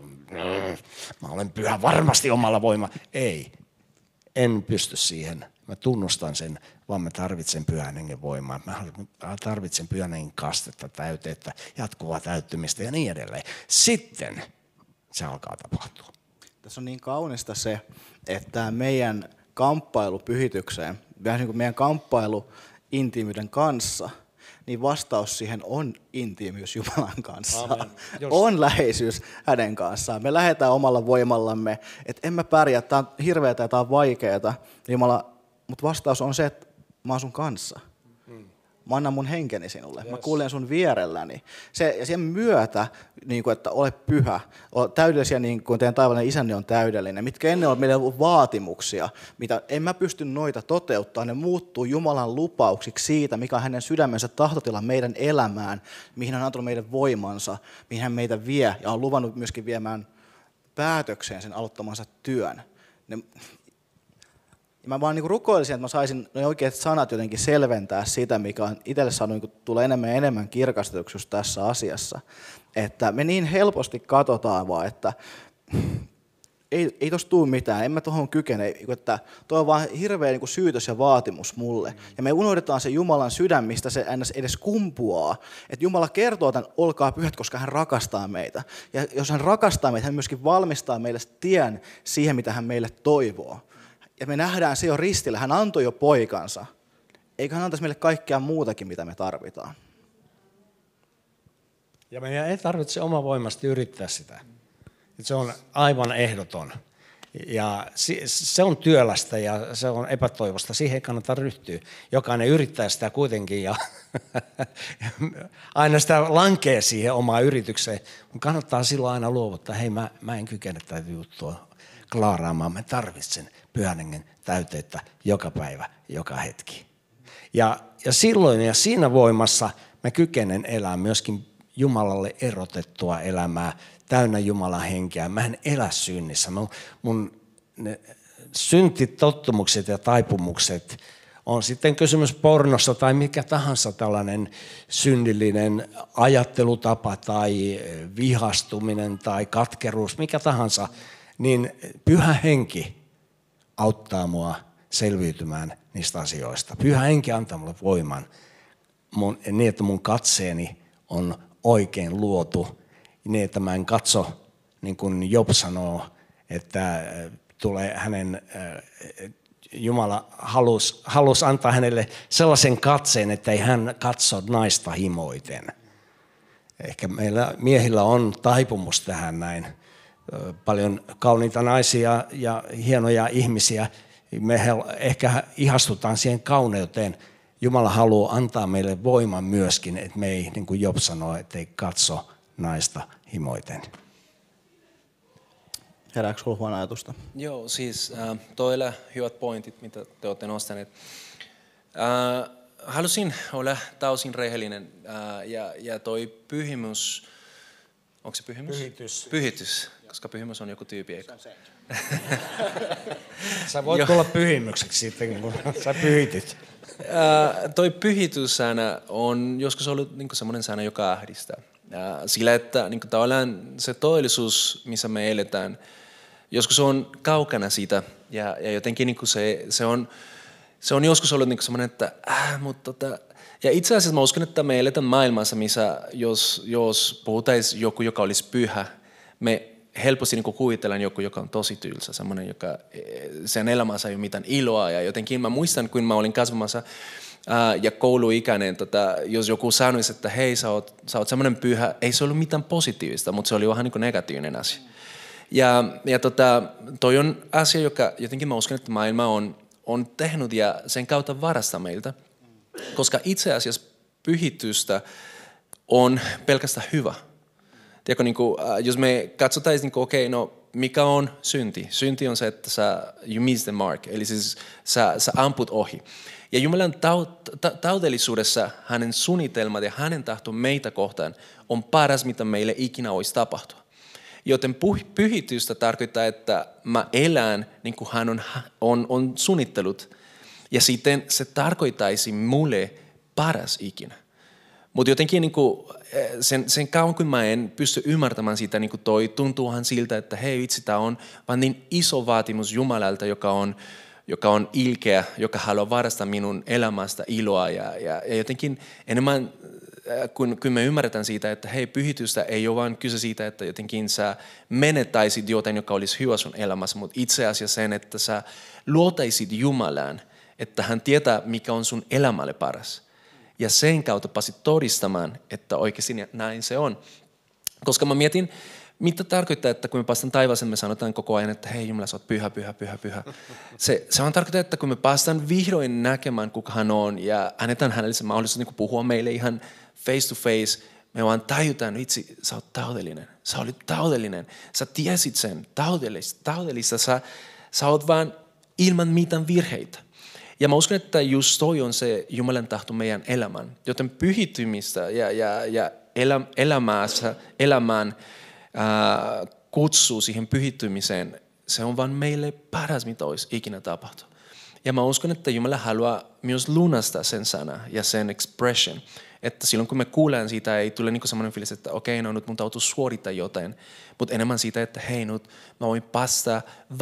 Mä olen pyhä varmasti omalla voimalla. Ei, en pysty siihen. Mä tunnustan sen, vaan mä tarvitsen Pyhän Hengen voimaa. Mä tarvitsen Pyhän Hengen kastetta, täytettä, jatkuvaa täyttymistä ja niin edelleen. Sitten se alkaa tapahtua. Tässä on niin kaunista se, että meidän kamppailu pyhitykseen, vähän niin kuin meidän kamppailu intiimiyden kanssa, niin vastaus siihen on intiimiys Jumalan kanssa. Amen. On läheisyys hänen kanssaan. Me lähdetään omalla voimallamme, että en mä pärjää, tämä on hirveätä ja tämä on vaikeaa. Jumala, mutta vastaus on se, että mä oon sun kanssa. Mä annan mun henkeni sinulle. Yes. Mä kuljen sun vierelläni. Ja sen myötä, niin kuin, että ole pyhä, ole täydellisiä niin kuin teidän taivaallinen isänne on täydellinen. Mitkä ennen on meille vaatimuksia, mitä en mä pysty noita toteuttaa. Ne muuttuu Jumalan lupauksiksi siitä, mikä on hänen sydämensä tahtotila meidän elämään, mihin hän on antanut meidän voimansa, mihin hän meitä vie ja on luvannut myöskin viemään päätökseen sen aloittamansa työn. Mä vaan niin rukoilisin, että mä saisin ne oikeat sanat jotenkin selventää sitä, mikä on itselle saanut niin tulla enemmän ja enemmän kirkastetuksi tässä asiassa. Että me niin helposti katsotaan vaan, että ei tossa tule mitään, en mä tuohon kykene, että tuo on vaan hirveä niin syytös ja vaatimus mulle. Ja me unohdetaan se Jumalan sydän, mistä se edes kumpuaa. Että Jumala kertoo tämän, olkaa pyhät, koska hän rakastaa meitä. Ja jos hän rakastaa meitä, hän myöskin valmistaa meille tien siihen, mitä hän meille toivoo. Ja me nähdään se jo ristillä. Hän antoi jo poikansa. Eikö hän antaisi meille kaikkea muutakin, mitä me tarvitaan? Ja meidän ei tarvitse omavoimasti yrittää sitä. Se on aivan ehdoton. Ja se on työlästä ja se on epätoivosta. Siihen ei kannata ryhtyä. Jokainen yrittää sitä kuitenkin ja aina sitä lankee siihen omaan yritykseen. Mutta kannattaa silloin aina luovuttaa, hei mä en kykene tätä juttua klaaraamaan. Mä tarvitsen Pyhän Hengen täyteyttä joka päivä, joka hetki. Ja silloin ja siinä voimassa mä kykenen elämään myöskin Jumalalle erotettua elämää, täynnä Jumalan henkeä. Mä en elä synnissä. Mun syntitottumukset ja taipumukset, on sitten kysymys pornosta tai mikä tahansa tällainen synnillinen ajattelutapa tai vihastuminen tai katkeruus, mikä tahansa, niin Pyhä Henki auttaa mua selviytymään niistä asioista. Pyhä Henki antaa mulle voiman niin, että mun katseeni on oikein luotu, niin että mä en katso, niin kuin Job sanoo, että tulee hänen, Jumala halusi antaa hänelle sellaisen katseen, että ei hän katso naista himoiten. Ehkä meillä miehillä on taipumus tähän näin. Paljon kauniita naisia ja hienoja ihmisiä. Me ehkä ihastutaan siihen kauneuteen. Jumala haluaa antaa meille voiman myöskin, että me ei, niin kuin Job sanoo, että ei katso naista himoiten. Herääkö sinulla huono ajatusta? Joo, siis toilla hyvät pointit, mitä te olette nostaneet. Halusin olla täysin rehellinen ja toi pyhimys Onko se pyhimys? Pyhitys. Pyhitys, koska pyhimys on joku tyyppi, eikö? Sä voit tulla pyhimykseksi sitten, kun sä pyhitit. Toi pyhityssäännö on joskus ollut niin semmoinen säännö, joka ahdistaa. Sillä, että niin tavallaan se todellisuus, missä me eletään, joskus on kaukana siitä ja jotenkin niin se on joskus ollut niin semmoinen, että ja itse asiassa mä uskon, että me eletään maailmassa, missä jos puhutaisiin joku, joka olisi pyhä, me helposti niin kuvitellaan joku, joka on tosi tylsä, semmoinen, joka sen elämässä ei ole mitään iloa. Ja jotenkin mä muistan, kun mä olin kasvamassa ja kouluikäinen, jos joku sanoisi, että hei, sä oot semmoinen pyhä, ei se ollut mitään positiivista, mutta se oli vähän niin kuin negatiivinen asia. Ja toi on asia, joka jotenkin mä uskon, että maailma on tehnyt ja sen kautta varastaa meiltä, koska itse asiassa pyhitystä on pelkästään hyvä. Tiedätkö, niin kuin, jos me katsotaan, niin okei, no mikä on synti? Synti on se, että you miss the mark, eli siis sä amput ohi. Ja Jumalan täydellisuudessa hänen suunnitelmat ja hänen tahto meitä kohtaan on paras, mitä meille ikinä olisi tapahtua. Joten pyhitystä tarkoittaa, että mä elän niin kuin hän on suunnittelut. Ja sitten se tarkoittaisi mulle paras ikinä. Mutta jotenkin niin kuin, sen kauan kun mä en pysty ymmärtämään sitä, niin toi tuntuuhan siltä, että hei vitsi, tämä on vaan niin iso vaatimus Jumalalta, joka on ilkeä, joka haluaa varastaa minun elämästä iloa. Ja jotenkin enemmän, kun me ymmärretään siitä, että hei, pyhitystä ei ole vaan kyse siitä, että jotenkin sä menettäisit jotain, joka olisi hyvä sun elämässä, mutta itse asiassa sen, että sä luotaisit Jumalaan, että hän tietää, mikä on sun elämälle paras. Ja sen kautta pääsit todistamaan, että oikeasti näin se on. Koska mä mietin, mitä tarkoittaa, että kun me päästään taivaaseen, me sanotaan koko ajan, että hei Jumala, sä oot pyhä, pyhä, pyhä, pyhä. Se on tarkoittaa, että kun me päästään vihdoin näkemään, kuka hän on, ja annetään hänelle se mahdollisuus niin puhua meille ihan face to face, me vaan tajutaan, itse, sä oot täydellinen, sä olit täydellinen, sä tiesit sen, täydellistä, sä oot vaan ilman mitään virheitä. Ja mä uskon, että just toi on se Jumalan tahto meidän elämään. Joten pyhitymistä ja elämään kutsuu siihen pyhittymiseen, se on vaan meille paras, mitä olisi ikinä tapahtunut. Ja mä uskon, että Jumala haluaa myös lunastaa sen sana ja sen expression. Että silloin kun me kuulen siitä, ei tule niinku sellainen fiilis, että okei, no nyt mun täytyy suorittaa jotain. Mutta enemmän siitä, että hei, nyt mä voin päästä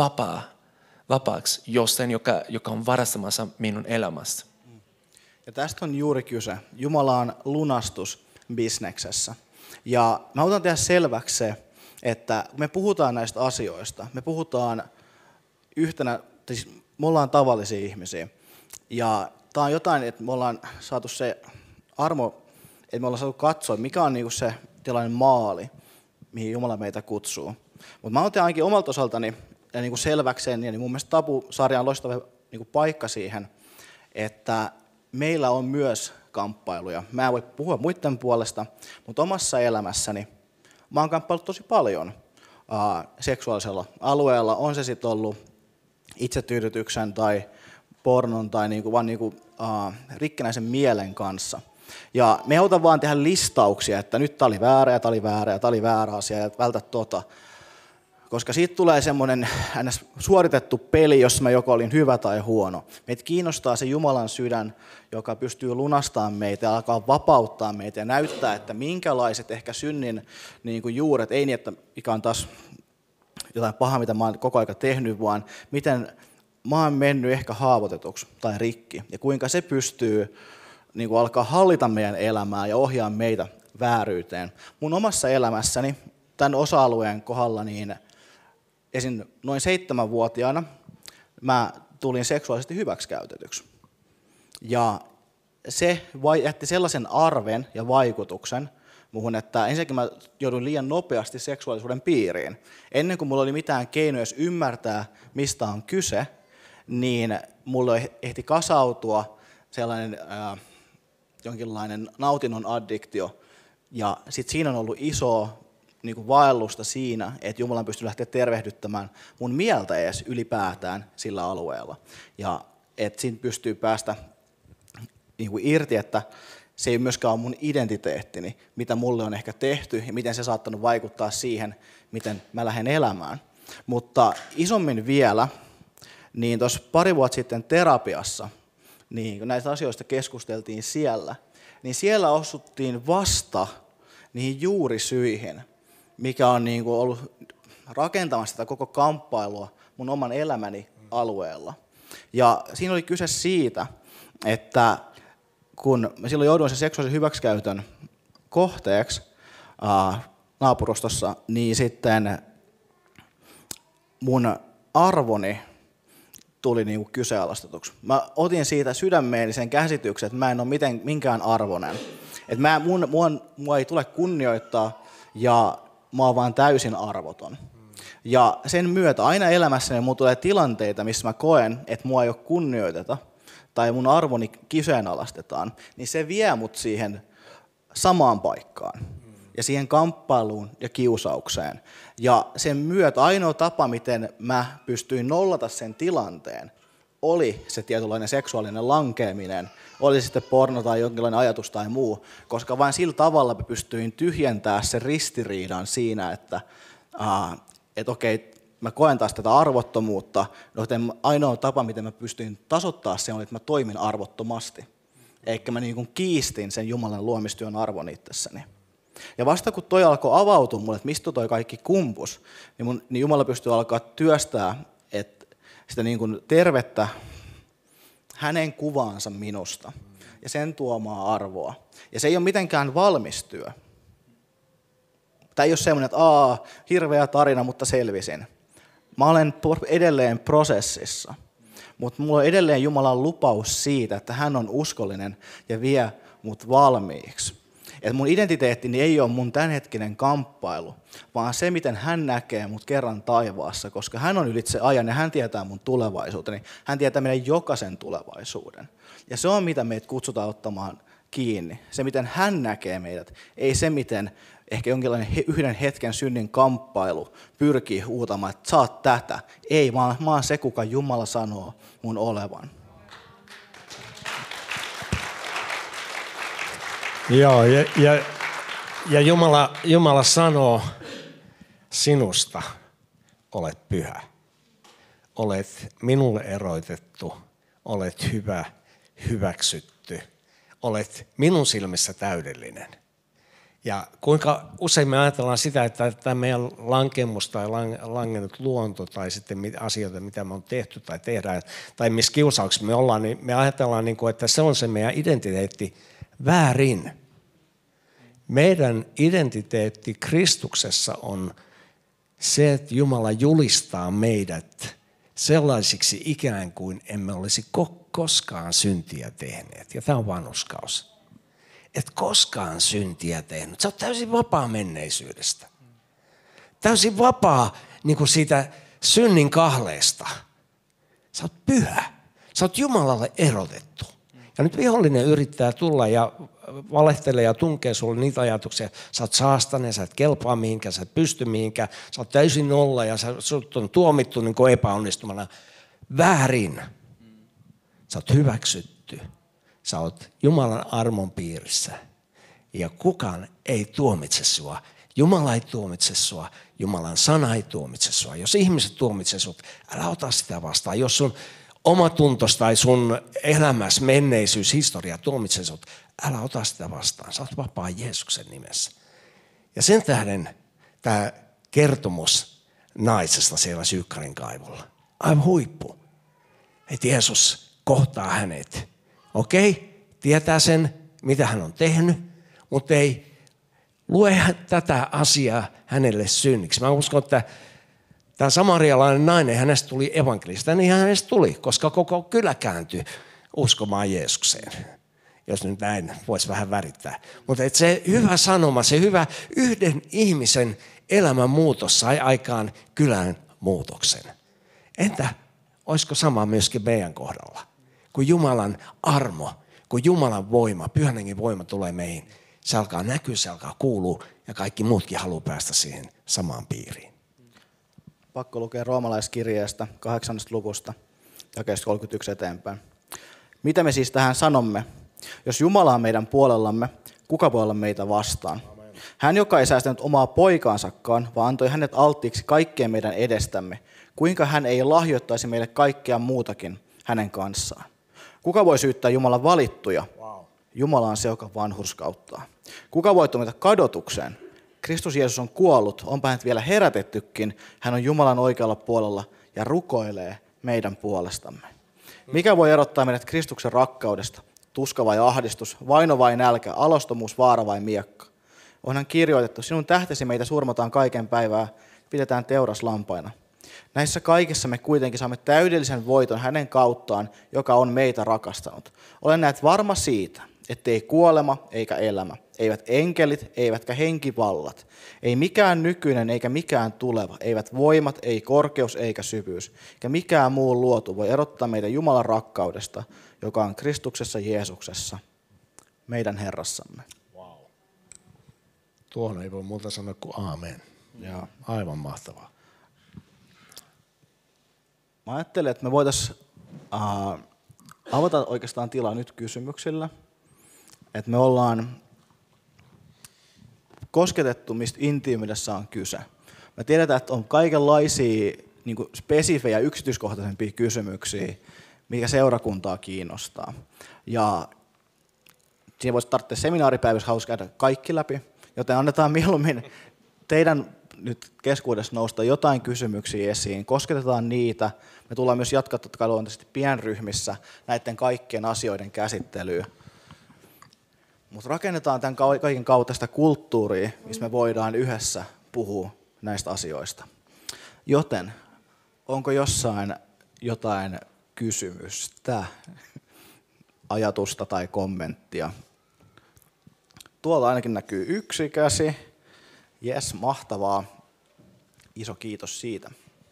vapaaksi jostain, joka on varastamassa minun elämästä. Ja tästä on juuri kyse. Jumala on lunastusbisneksessä. Ja mä haluan tehdä selväksi se, että kun me puhutaan näistä asioista, me puhutaan siis me ollaan tavallisia ihmisiä. Ja tää on jotain, että me ollaan saatu se armo, että me ollaan saatu katsoa, mikä on niinku se tällainen maali, mihin Jumala meitä kutsuu. Mutta mä haluan tehdä ainakin omalta osaltani ja niin kuin selväkseen, ja niin mun mielestä Tabu-sarja on loistava niin kuin paikka siihen, että meillä on myös kamppailuja. Mä en voi puhua muiden puolesta, mutta omassa elämässäni mä oon kamppaillut tosi paljon seksuaalisella alueella. On se sitten ollut itsetyydytyksen tai pornon tai niin kuin, vaan niin kuin, rikkinäisen mielen kanssa. Ja me halutaan vaan tehdä listauksia, että nyt tää oli väärä ja tää oli väärä ja tää oli väärä asia ja vältä tota. Koska siitä tulee semmoinen suoritettu peli, jossa mä joko olin hyvä tai huono. Meitä kiinnostaa se Jumalan sydän, joka pystyy lunastamaan meitä ja alkaa vapauttaa meitä ja näyttää, että minkälaiset ehkä synnin niin kuin juuret, ei niin, että mikä on taas jotain pahaa, mitä mä oon koko ajan tehnyt, vaan miten mä oon mennyt ehkä haavoitetuksi tai rikki. Ja kuinka se pystyy niin kuin alkaa hallita meidän elämää ja ohjaa meitä vääryyteen. Mun omassa elämässäni tämän osa-alueen kohdalla niin esim. Noin 7-vuotiaana mä tulin seksuaalisesti hyväksikäytetyksi. Ja se jätti sellaisen arven ja vaikutuksen muhun, että ensinnäkin mä jouduin liian nopeasti seksuaalisuuden piiriin. Ennen kuin mulla oli mitään keinoja edes ymmärtää, mistä on kyse, niin mulle ehti kasautua sellainen jonkinlainen nautinnon addiktio. Ja sitten siinä on ollut iso niin kuin vaellusta siinä, että Jumala pystyy lähteä tervehdyttämään mun mieltä edes ylipäätään sillä alueella. Ja että siinä pystyy päästä niin kuin irti, että se ei myöskään ole mun identiteettini, mitä mulle on ehkä tehty ja miten se saattanut vaikuttaa siihen, miten mä lähden elämään. Mutta isommin vielä, niin tuossa pari vuotta sitten terapiassa, niin kun näistä asioista keskusteltiin siellä, niin siellä osuttiin vasta niihin juurisyihin, mikä on niin kuin ollut rakentamassa tätä koko kamppailua mun oman elämäni alueella. Ja siinä oli kyse siitä, että kun mä silloin jouduin sen seksuaalisen hyväksikäytön kohteeksi naapurustossa, niin sitten mun arvoni tuli niinku kyseenalaistetuksi. Mä otin siitä sydämeeni sen käsityksen, että mä en ole minkään arvoinen. Että mua ei tule kunnioittaa ja mä oon vaan täysin arvoton. Ja sen myötä aina elämässäni mulla tulee tilanteita, missä mä koen, että mua ei ole kunnioiteta tai mun arvoni kyseenalaistetaan, niin se vie mut siihen samaan paikkaan ja siihen kamppailuun ja kiusaukseen. Ja sen myötä ainoa tapa, miten mä pystyin nollata sen tilanteen, oli se tietynlainen seksuaalinen lankeaminen, oli sitten porno tai jonkinlainen ajatus tai muu, koska vain sillä tavalla mä pystyin tyhjentämään sen ristiriidan siinä, että okei, mä koen taas tätä arvottomuutta, joten ainoa tapa, miten mä pystyin tasoittamaan sen, oli, että mä toimin arvottomasti. Eikä mä niin kuin kiistin sen Jumalan luomistyön arvon itsessäni. Ja vasta kun toi alkoi avautua mulle, että mistä toi kaikki kumpus, niin Jumala pystyi alkaa työstää sitä niin kuin tervettä hänen kuvaansa minusta ja sen tuomaa arvoa. Ja se ei ole mitenkään valmis työ. Tämä ei ole semmoinen, että hirveä tarina, mutta selvisin. Mä olen edelleen prosessissa, mutta mulla on edelleen Jumalan lupaus siitä, että hän on uskollinen ja vie mut valmiiksi. Että mun identiteettini ei ole mun tämänhetkinen kamppailu, vaan se, miten hän näkee mut kerran taivaassa, koska hän on ylitse ajan ja hän tietää mun tulevaisuuteni. Hän tietää meidän jokaisen tulevaisuuden. Ja se on, mitä meitä kutsutaan ottamaan kiinni. Se, miten hän näkee meidät, ei se, miten ehkä jonkinlainen yhden hetken synnin kamppailu pyrkii huutamaan, että sä oot tätä. Ei, mä oon se, kuka Jumala sanoo mun olevan. Joo, ja Jumala sanoo sinusta, olet pyhä, olet minulle eroitettu, olet hyvä, hyväksytty, olet minun silmissä täydellinen. Ja kuinka usein me ajatellaan sitä, että tämä meidän lankemus tai langennut luonto tai sitten asioita, mitä me on tehty tai tehdään, tai missä kiusauksissa me ollaan, niin me ajatellaan, että se on se meidän identiteetti väärin. Meidän identiteetti Kristuksessa on se, että Jumala julistaa meidät sellaisiksi ikään kuin emme olisi koskaan syntiä tehneet. Ja tämä on vanhurskaus. Et koskaan syntiä tehnyt. Sä oot täysin vapaa menneisyydestä. Täysin vapaa niin kuin siitä synnin kahleesta. Sä oot pyhä. Sä oot Jumalalle erotettu. Ja nyt vihollinen yrittää tulla ja valehtelee ja tunkee sulle niitä ajatuksia. Sä oot saastainen, sä et kelpaa mihinkään, sä et pysty mihinkään. Sä oot täysin nolla ja sut on tuomittu niin kuin epäonnistumana. Väärin. Sä oot hyväksytty. Sä oot Jumalan armon piirissä ja kukaan ei tuomitse sua. Jumala ei tuomitse sua, Jumalan sana ei tuomitse sua. Jos ihmiset tuomitse sut, älä ota sitä vastaan. Jos sun omatuntos tai sun elämässä menneisyys, historia tuomitse sut, älä ota sitä vastaan. Sä oot vapaa Jeesuksen nimessä. Ja sen tähden tämä kertomus naisesta siellä Syykkarin kaivolla. Aivan huippu. Että Jeesus kohtaa hänet. Okei, tietää sen, mitä hän on tehnyt, mutta ei lue tätä asiaa hänelle synniksi. Mä uskon, että tämä samarialainen nainen, hänestä tuli evankelista, niin hänestä tuli, koska koko kylä kääntyi uskomaan Jeesukseen. Jos nyt näin voisi vähän värittää. Mutta se hyvä sanoma, se hyvä yhden ihmisen elämän muutos sai aikaan kylän muutoksen. Entä olisiko sama myöskin meidän kohdalla? Kun Jumalan armo, kun Jumalan voima, Pyhän Hengen voima tulee meihin, se alkaa näkyä, se alkaa kuulua ja kaikki muutkin haluaa päästä siihen samaan piiriin. Pakko lukea roomalaiskirjeestä 8. luvusta, jakeesta 31 eteenpäin. Mitä me siis tähän sanomme? Jos Jumala on meidän puolellamme, kuka voi olla meitä vastaan? Hän, joka ei säästänyt omaa poikaansakaan, vaan antoi hänet alttiiksi kaikkeen meidän edestämme. Kuinka hän ei lahjoittaisi meille kaikkea muutakin hänen kanssaan? Kuka voi syyttää Jumalan valittuja? Jumala on se, joka vanhurskauttaa. Kuka voi tuomita kadotukseen? Kristus Jeesus on kuollut, onpa hänet vielä herätettykin. Hän on Jumalan oikealla puolella ja rukoilee meidän puolestamme. Mikä voi erottaa meidät Kristuksen rakkaudesta? Tuska vai ahdistus, vaino vai nälkä, alostomuus, vaara vai miekka? Onhan kirjoitettu, sinun tähtesi meitä surmataan kaiken päivää, pidetään teuraslampaina. Näissä kaikissa me kuitenkin saamme täydellisen voiton hänen kauttaan, joka on meitä rakastanut. Olen näet varma siitä, ettei kuolema eikä elämä, eivät enkelit, eivätkä henkivallat, ei mikään nykyinen eikä mikään tuleva, eivät voimat, ei korkeus eikä syvyys, eikä mikään muu luotu voi erottaa meidän Jumalan rakkaudesta, joka on Kristuksessa Jeesuksessa, meidän Herrassamme. Wow. Tuohon ei voi muuta sanoa kuin aamen. Ja aivan mahtavaa. Mä ajattelin, että me voitaisiin avata oikeastaan tilaa nyt kysymyksillä. Että me ollaan kosketettu, mistä intiimidessä on kyse. Me tiedetään, että on kaikenlaisia niin kuin spesifejä, yksityiskohtaisempia kysymyksiä, mikä seurakuntaa kiinnostaa. Ja siinä voisi tarvitse seminaaripäivä, jos haluaisi käydä kaikki läpi, joten annetaan mieluummin teidän nyt keskuudessa nousta jotain kysymyksiä esiin, kosketetaan niitä. Me tullaan myös jatkaa totta kai luontaisesti pienryhmissä näiden kaikkien asioiden käsittelyä. Mutta rakennetaan tämän kaiken kautta sitä kulttuuria, missä me voidaan yhdessä puhua näistä asioista. Joten, onko jossain jotain kysymystä, ajatusta tai kommenttia? Tuolla ainakin näkyy yksi käsi. Jes, mahtavaa. Iso kiitos siitä.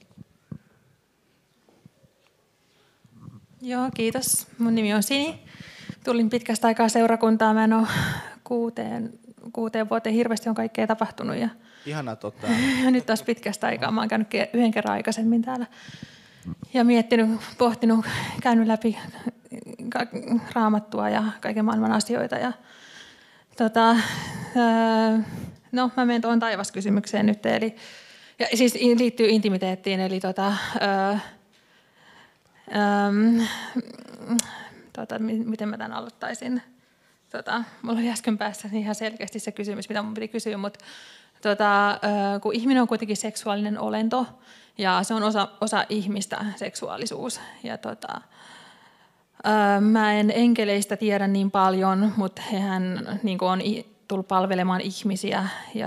Joo, kiitos. Mun nimi on Sini. Tulin pitkästä aikaa seurakuntaan. Mä en ole kuuteen vuoteen hirveästi on kaikkea tapahtunut. Ja Ihanaa nyt taas pitkästä aikaa. Mä oon käynyt yhden kerran aikaisemmin täällä. Ja miettinyt, pohtinut, käynyt läpi Raamattua ja kaiken maailman asioita. Ja, mä menen tuohon taivaskysymykseen nyt. Eli, ja siis liittyy intimiteettiin. Eli miten mä tämän aloittaisin? Mulla oli äsken päässä ihan selkeästi se kysymys, mitä mun piti kysyä, mutta kun ihminen on kuitenkin seksuaalinen olento ja se on osa ihmistä, seksuaalisuus. Ja mä en enkeleistä tiedä niin paljon, mutta hehän niin kuin on tullut palvelemaan ihmisiä ja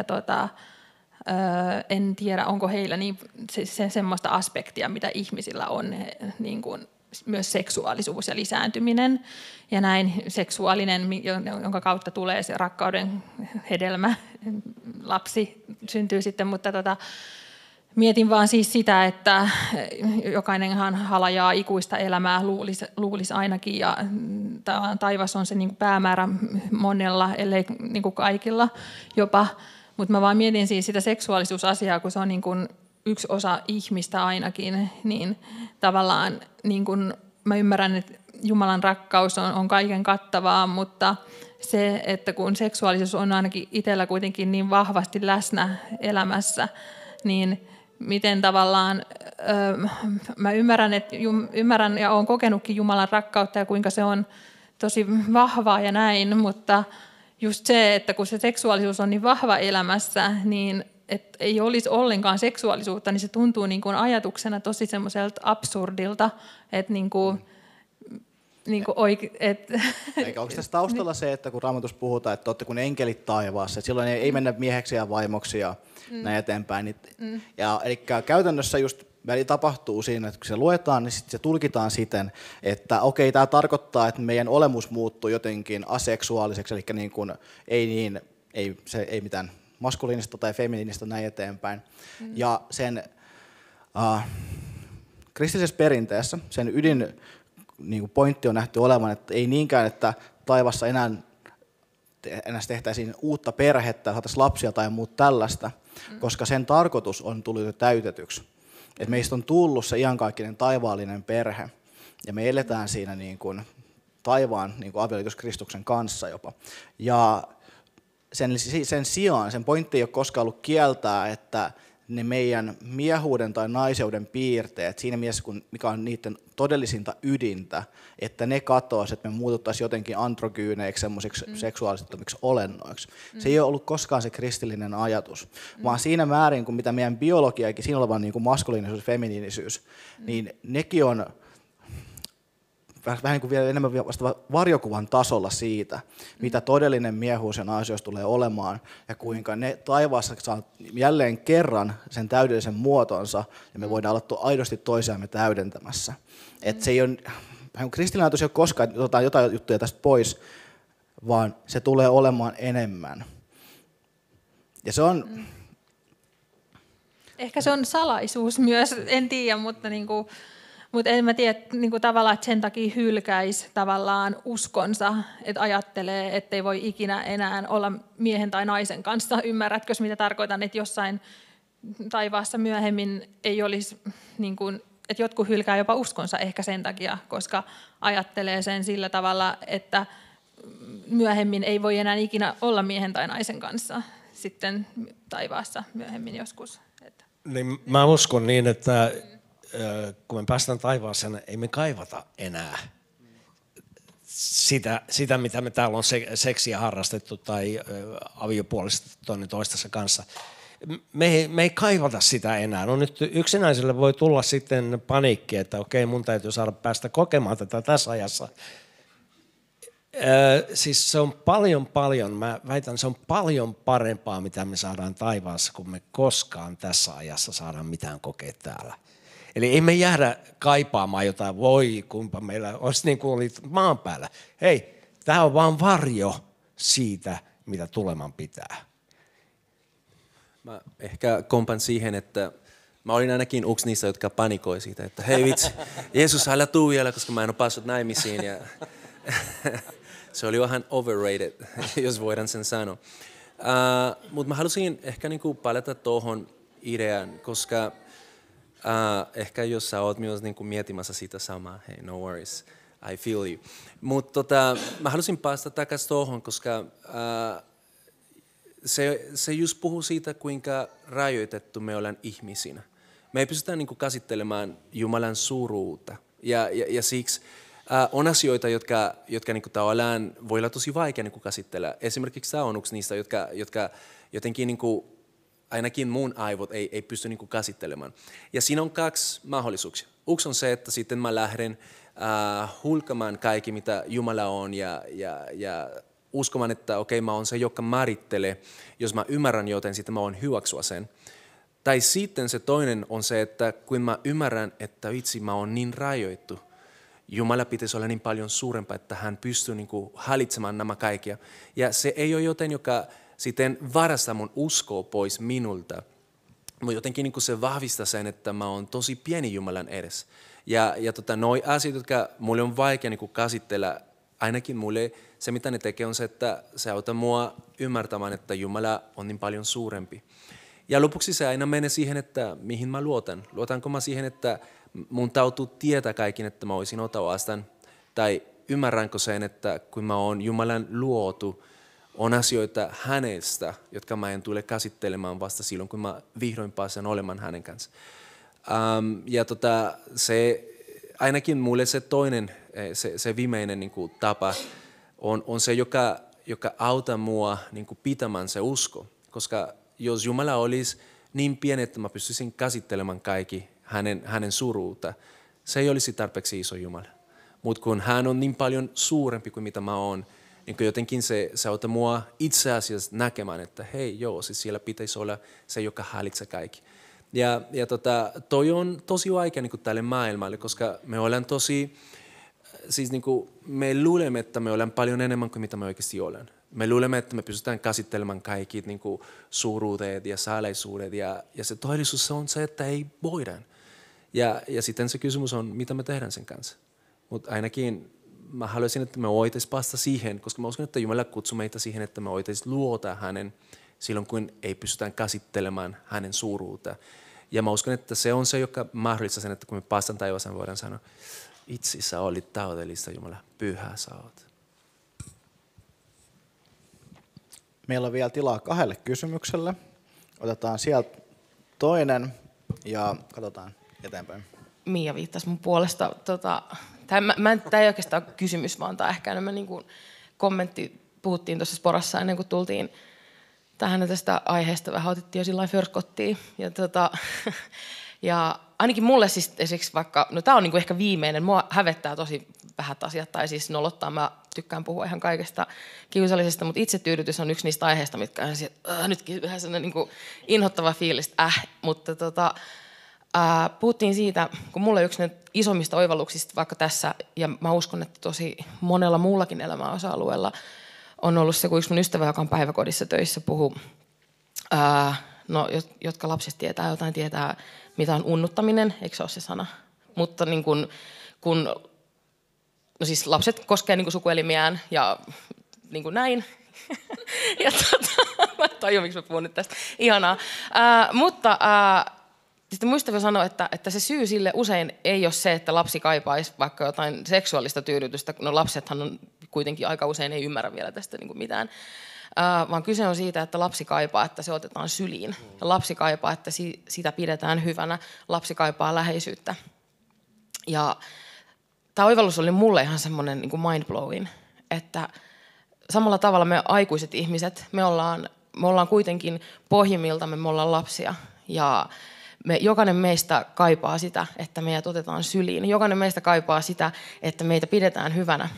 en tiedä, onko heillä niin semmoista aspektia, mitä ihmisillä on, niin kuin myös seksuaalisuus ja lisääntyminen ja näin seksuaalinen, jonka kautta tulee se rakkauden hedelmä, lapsi syntyy sitten, mutta mietin vaan siis sitä, että jokainenhan halajaa ikuista elämää, luulisi ainakin, ja taivas on se niin kuin päämäärä monella, ellei niin kuin kaikilla jopa, mutta mä vaan mietin siis sitä seksuaalisuusasiaa, kun se on niin kuin yksi osa ihmistä ainakin, niin tavallaan niin kuin mä ymmärrän, että Jumalan rakkaus on kaiken kattavaa, mutta se, että kun seksuaalisuus on ainakin itsellä kuitenkin niin vahvasti läsnä elämässä, niin miten tavallaan, mä ymmärrän ja olen kokenutkin Jumalan rakkautta ja kuinka se on tosi vahvaa ja näin, mutta just se, että kun se seksuaalisuus on niin vahva elämässä, niin että ei olisi ollenkaan seksuaalisuutta, niin se tuntuu niin kuin ajatuksena tosi semmoiselta absurdilta, että eikä onko tässä taustalla se, että kun Raamatussa puhutaan, että olette kuin enkelit taivaassa, että silloin ei mennä mieheksi ja vaimoksi ja näin eteenpäin. Ja, eli käytännössä just väli tapahtuu siinä, että kun se luetaan, niin sit se tulkitaan siten, että okei, tämä tarkoittaa, että meidän olemus muuttuu jotenkin aseksuaaliseksi, eli niin kuin, ei mitään maskuliinista tai feminiinistä näin eteenpäin. Ja sen kristillisessä perinteessä sen ydin niin kuin pointti on nähty olevan, että ei niinkään, että taivassa enää tehtäisiin uutta perhettä, saataisiin lapsia tai muuta tällaista, koska sen tarkoitus on tullut jo täytetyksi. Et meistä on tullut se iankaikkinen taivaallinen perhe, ja me eletään siinä niin kuin taivaan niin kuin avioliitos Kristuksen kanssa jopa. Ja sen sijaan, sen pointti ei ole koskaan ollut kieltää, että ne meidän miehuuden tai naiseuden piirteet, siinä mielessä, mikä on niiden todellisinta ydintä, että ne katoaisi, että me muututtaisiin jotenkin androgyyneiksi, semmoisiksi seksuaalisettomiksi olennoiksi. Se ei ole ollut koskaan se kristillinen ajatus, vaan siinä määrin, kun mitä meidän biologiakin, siinä olevan niin kuin maskuliinisuus ja feminiinisyys, niin nekin on vähän niin kuin vielä enemmän vasta varjokuvan tasolla siitä, mitä todellinen miehuus ja naisuus tulee olemaan ja kuinka ne taivaassa saa jälleen kerran sen täydellisen muotonsa ja me voidaan olla aidosti toisiamme täydentämässä. Että se ei ole, kristillinen ajatus ei ole koskaan, että otetaan jotain juttuja tästä pois, vaan se tulee olemaan enemmän. Ja se on... Ehkä se on salaisuus myös, en tiedä, mutta mutta en mä tiedä tavallaan, että sen takia hylkäisi tavallaan uskonsa, että ajattelee, ettei voi ikinä enää olla miehen tai naisen kanssa. Ymmärrätkö, mitä tarkoitan, että jossain taivaassa myöhemmin ei olisi, että jotkut hylkää jopa uskonsa ehkä sen takia, koska ajattelee sen sillä tavalla, että myöhemmin ei voi enää ikinä olla miehen tai naisen kanssa sitten taivaassa myöhemmin joskus. Niin, mä uskon niin, että kun me päästään taivaaseen, ei me kaivata enää sitä mitä me täällä on seksiä harrastettu tai aviopuolistettu toinen toistensa kanssa. Me ei kaivata sitä enää. No nyt yksinäiselle voi tulla sitten paniikki, että okei, mun täytyy saada päästä kokemaan tätä tässä ajassa. Siis se on paljon, mä väitän, se on paljon parempaa, mitä me saadaan taivaassa, kun me koskaan tässä ajassa saadaan mitään kokea täällä. Eli ei me jäädä kaipaamaan jotain, voi kumpa meillä olisi niin kuin oli maan päällä. Hei, tämä on vaan varjo siitä, mitä tuleman pitää. Mä ehkä kompan siihen, että mä olin ainakin yksi niistä, jotka panikoi siitä, että hei vitsi, Jeesus, älä tuu vielä, koska mä en ole päässyt naimisiin. Ja se oli vähän overrated, jos voidaan sen sanoa. Mutta mä halusin ehkä niinku palata tuohon ideaan, koska ehkä jos sä oot myös niinku mietimässä sitä samaa, hei, no worries, I feel you. Mutta mä halusin päästä takaisin tuohon, koska se just puhuu siitä, kuinka rajoitettu me ollaan ihmisinä. Me ei pystytä niinku käsittelemään Jumalan suuruutta. Ja siksi on asioita, jotka niinku tavallaan voi olla tosi vaikea niinku käsitellä. Esimerkiksi tämä on yksi niistä, jotka jotenkin niinku, ainakin mun aivot ei pysty niinku käsittelemään. Ja siinä on kaksi mahdollisuuksia. Yksi on se, että sitten mä lähden hulkamaan kaikki, mitä Jumala on ja uskomaan, että okei, mä oon se, joka määrittelee. Jos mä ymmärrän joten, sitten mä oon hyväksyä sen. Tai sitten se toinen on se, että kun mä ymmärrän, että vitsi, mä oon niin rajoittu, Jumala pitäisi olla niin paljon suurempaa, että hän pystyy niin kuin hallitsemaan nämä kaikkia. Ja se ei ole joten, joka sitten varastaa mun uskoa pois minulta. Mutta jotenkin niin kuin se vahvistaa sen, että mä oon tosi pieni Jumalan edessä. Ja noi asiat, jotka mulle on vaikea niin kuin käsitellä, ainakin mulle se, mitä ne tekee, on se, että se auttaa mua ymmärtämään, että Jumala on niin paljon suurempi. Ja lopuksi se aina menee siihen, että mihin mä luotan. Luotanko mä siihen, että mun täytyy tietää kaikin, että mä olisin ottaa vastaan. Tai ymmärränkö sen, että kun mä oon Jumalan luotu, on asioita hänestä, jotka mä en tule käsittelemään vasta silloin, kun mä vihdoin pääsen olemaan hänen kanssa. Se, ainakin mulle se toinen, se viimeinen niin kuin tapa on se, joka auttaa mua niin kuin pitämään se usko. Koska jos Jumala olisi niin pieni, että mä pystyisin käsittelemään kaikki hänen suruuta, se ei olisi tarpeeksi iso Jumala. Mutta kun hän on niin paljon suurempi kuin mitä mä oon, niin jotenkin se auttaa mua itse asiassa näkemään, että hei joo, siis siellä pitäisi olla se, joka hallitsee kaikki. Ja toi on tosi vaikea niin kuin tälle maailmalle, koska me ollaan tosi, siis niin kuin me luulemme, että me ollaan paljon enemmän kuin mitä me oikeasti ollaan. Me luulemme, että me pystytään käsittelemään kaikki niin kuin suuruudet ja salaisuudet ja se todellisuus on se, että ei voidaan. Ja sitten se kysymys on, mitä me tehdään sen kanssa. Mutta ainakin mä haluaisin, että me voitaisiin päästä siihen, koska mä uskon, että Jumala kutsuu meitä siihen, että me voitaisiin luota hänen silloin, kun ei pystytään käsittelemään hänen suuruutta. Ja mä uskon, että se on se, joka mahdollistaa sen, että kun me päästään taivaaseen, voidaan sanoa, itsissä olit täydellistä, Jumala, pyhä sä oot. Meillä on vielä tilaa 2 kysymykselle. Otetaan sieltä toinen ja katsotaan eteenpäin. Mia viittasi mun puolesta. Tämä ei oikeastaan ole kysymys, vaan tämä ehkä enemmän niin kuin kommentti. Puhuttiin tuossa Sporassa ennen kuin tultiin tähän tästä aiheesta. Vähän otettiin jo sillain förskottiin. Ja ainakin mulle siis esimerkiksi vaikka, no tämä on niin kuin ehkä viimeinen, mua hävettää tosi vähät asiat, tai siis nolottaa, mä tykkään puhua ihan kaikesta kiusallisesta, mutta itsetyydytys on yksi niistä aiheista, mitkä on nytkin vähän sellainen niin kuin inhottava fiilis, mutta puhuttiin siitä, kun mulla yksi isommista oivalluksista vaikka tässä, ja mä uskon, että tosi monella muullakin elämän osa-alueella on ollut se, kun yksi mun ystävä, joka on päiväkodissa töissä, puhuu, jotka lapset tietää, mitä on unnuttaminen, eikö se ole se sana? Mutta niin kun no siis lapset koskee niin sukuelimiään ja niin kuin näin. Ja mä tajun, miksi mä puhun nyt tästä. Ihanaa. Mutta sitten muistava sanoa, että se syy sille usein ei ole se, että lapsi kaipaisi vaikka jotain seksuaalista tyydytystä. No lapsethan on kuitenkin aika usein ei ymmärrä vielä tästä niin kuin mitään. Vaan kyse on siitä, että lapsi kaipaa, että se otetaan syliin. Ja lapsi kaipaa, että sitä pidetään hyvänä. Lapsi kaipaa läheisyyttä. Ja tämä oivallus oli mulle ihan semmoinen niin kuin mind-blowing, että samalla tavalla me aikuiset ihmiset, me ollaan kuitenkin pohjimmiltamme, me ollaan lapsia. Ja jokainen meistä kaipaa sitä, että meidät otetaan syliin. Jokainen meistä kaipaa sitä, että meitä pidetään hyvänä.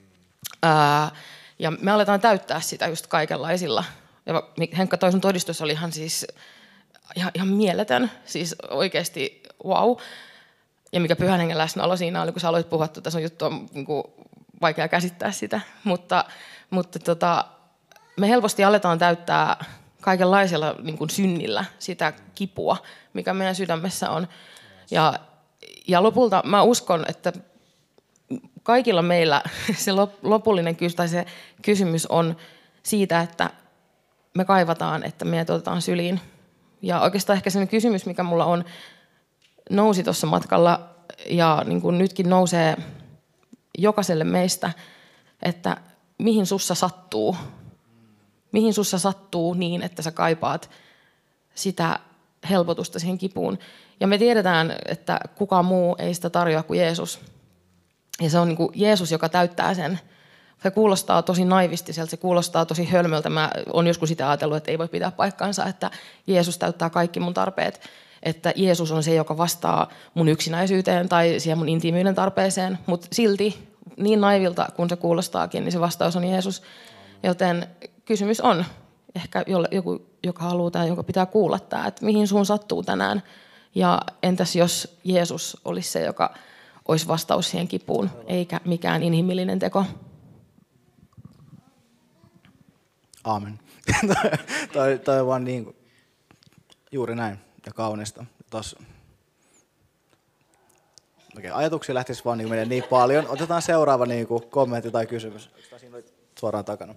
Ja me aletaan täyttää sitä just kaikenlaisilla. Ja Henkka Toisun todistus oli ihan siis ihan mieletön, siis oikeasti wow. Ja mikä Pyhän Hengen läsnäolo siinä oli, kun sä aloit puhua, että sun juttu on niin kuin vaikea käsittää sitä. Mutta me helposti aletaan täyttää kaikenlaisella niin kuin synnillä sitä kipua, mikä meidän sydämessä on. Ja lopulta mä uskon, että kaikilla meillä se lopullinen se kysymys on siitä, että me kaivataan, että meidät otetaan syliin. Ja oikeastaan ehkä sellainen kysymys, mikä mulla nousi tuossa matkalla ja niin kuin nytkin nousee jokaiselle meistä, että mihin sussa sattuu. Mihin sussa sattuu niin, että sä kaipaat sitä helpotusta siihen kipuun. Ja me tiedetään, että kukaan muu ei sitä tarjoa kuin Jeesus. Ja se on niin kuin Jeesus, joka täyttää sen. Se kuulostaa tosi naivistiselta, se kuulostaa tosi hölmöltä. Mä oon joskus sitä ajatellut, että ei voi pitää paikkaansa, että Jeesus täyttää kaikki mun tarpeet. Että Jeesus on se, joka vastaa mun yksinäisyyteen tai siihen mun intiimiyden tarpeeseen. Mutta silti, niin naivilta kun se kuulostaakin, niin se vastaus on Jeesus. Joten kysymys on ehkä joku, joka haluaa tai joka pitää kuulla tämä, että mihin sun sattuu tänään. Ja entäs jos Jeesus olisi se, joka olisi vastaus siihen kipuun, eikä mikään inhimillinen teko. Aamen. toi vaan niin kuin, juuri näin ja kaunista. Okei, ajatuksia lähtisi vaan niin menee niin paljon. Otetaan seuraava niin kuin, kommentti tai kysymys. Siinä oli suoraan takana.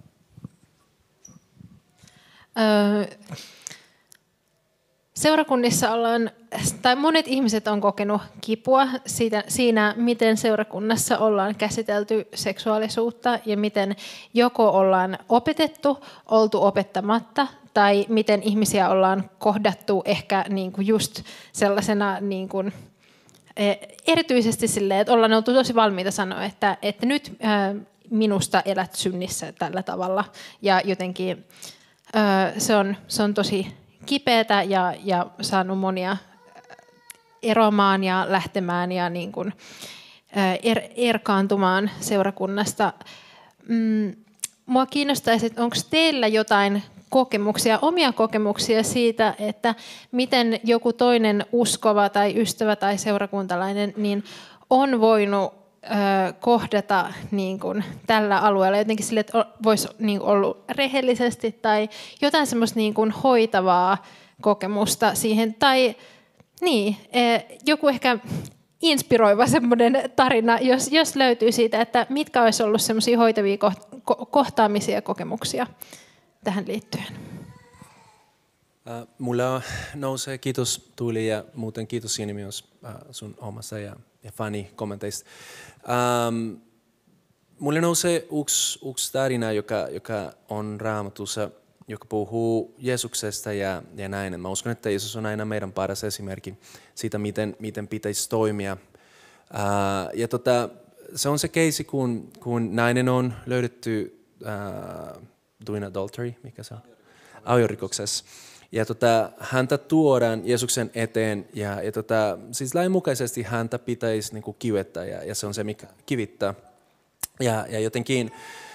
Seurakunnissa tai monet ihmiset on kokenut kipua siinä, miten seurakunnassa ollaan käsitelty seksuaalisuutta ja miten joko ollaan opetettu, oltu opettamatta tai miten ihmisiä ollaan kohdattu ehkä niin kuin just sellaisena niin kuin, erityisesti silleen, että ollaan oltu tosi valmiita sanoa, että nyt minusta elät synnissä tällä tavalla ja jotenkin se on tosi kipeätä ja saanut monia eroamaan ja lähtemään ja niin kuin erkaantumaan seurakunnasta. Mua kiinnostaisi, että onko teillä jotain kokemuksia, omia kokemuksia siitä, että miten joku toinen uskova tai ystävä tai seurakuntalainen niin on voinut kohdata niin kuin tällä alueella jotenkin sille, että voisi niin kuin ollut rehellisesti tai jotain semmoista niin kuin hoitavaa kokemusta siihen. Tai niin, joku ehkä inspiroiva semmoinen tarina, jos löytyy siitä, että mitkä olisi ollut semmoisia hoitavia kohtaamisia ja kokemuksia tähän liittyen. Mulla nousee, kiitos Tuuli ja muuten kiitos Sieni myös sun omasta ja Fanny kommenteista. Mulle nousee yksi tarina, joka on Raamatussa, joka puhuu Jeesuksesta ja näin. Mä uskon, että Jeesus on aina meidän paras esimerkki siitä, miten pitäisi toimia. Se on se keisi, kun nainen on löydetty doing adultery, mikä se on? Aviorikoksessa. Ja häntä tuodaan Jeesuksen eteen ja siis lainmukaisesti häntä pitäisi niinku kivettää ja se on se, mikä kivittää. Ja jotenkin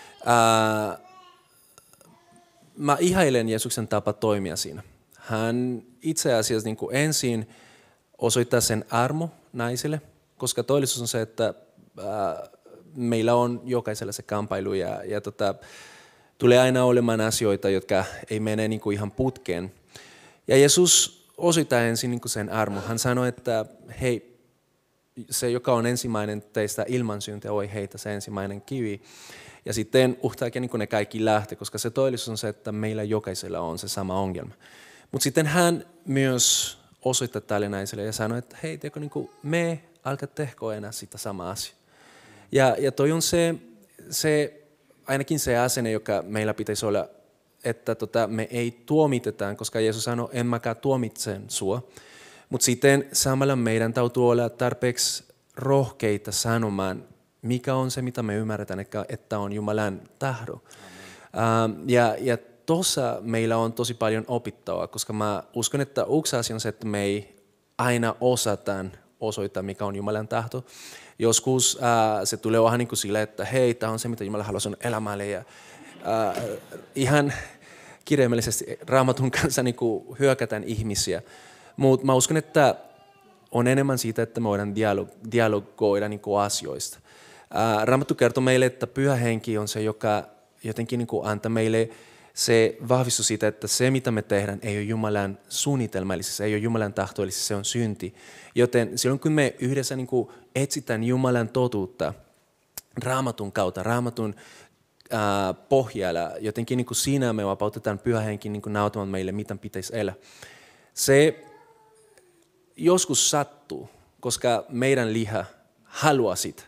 mä ihailen Jeesuksen tapa toimia siinä. Hän itse asiassa niinku ensin osoittaa sen armo naisille, koska todellisuus on se, että meillä on jokaisella se kamppailu ja tulee aina olemaan asioita, jotka ei mene niinku ihan putkeen. Ja Jeesus osoittaa ensin niinku sen armo. Hän sanoi, että hei, se joka on ensimmäinen teistä ilman syntiä, oi heitä se ensimmäinen kivi. Ja sitten yhtäkkiä niin ne kaikki lähtee, koska se todellisuus on se, että meillä jokaisella on se sama ongelma. Mutta sitten hän myös osoittaa tälle naiselle ja sanoi, että hei, teikö niin me alkaa tehdä enää sitä samaa asiaa. Ja toi on se ainakin se asenne, joka meillä pitäisi olla, että me ei tuomitetaan, koska Jeesus sanoi, en mäkään tuomitsen sua. Mutta sitten samalla meidän täytyy olla tarpeeksi rohkeita sanomaan, mikä on se, mitä me ymmärretään, että on Jumalan tahto. Ja tuossa meillä on tosi paljon opittavaa, koska mä uskon, että yksi asia on se, että me ei aina osataan osoittaa, mikä on Jumalan tahto. Joskus se tulee vähän niin kuin sille, että hei, tämä on se, mitä Jumala haluaa sun elämälle. Ja ihan kirjaimellisesti Raamatun kanssa niin kuin hyökätään ihmisiä. Mutta mä uskon, että on enemmän siitä, että me voidaan dialogoida niin kuin asioista. Raamattu kertoo meille, että Pyhä Henki on se, joka jotenkin niin kuin antaa meille se vahvistus siitä, että se mitä me tehdään ei ole Jumalan suunnitelma, eli se ei ole Jumalan tahto, eli se on synti. Joten silloin kun me yhdessä niin kuin etsitään Jumalan totuutta Raamatun kautta, Raamatun pohjalla, jotenkin niin kuin siinä me vapautetaan Pyhä Henki niin kuin nautamaan meille, miten pitäisi elää. Se joskus sattuu, koska meidän liha haluaa sitä.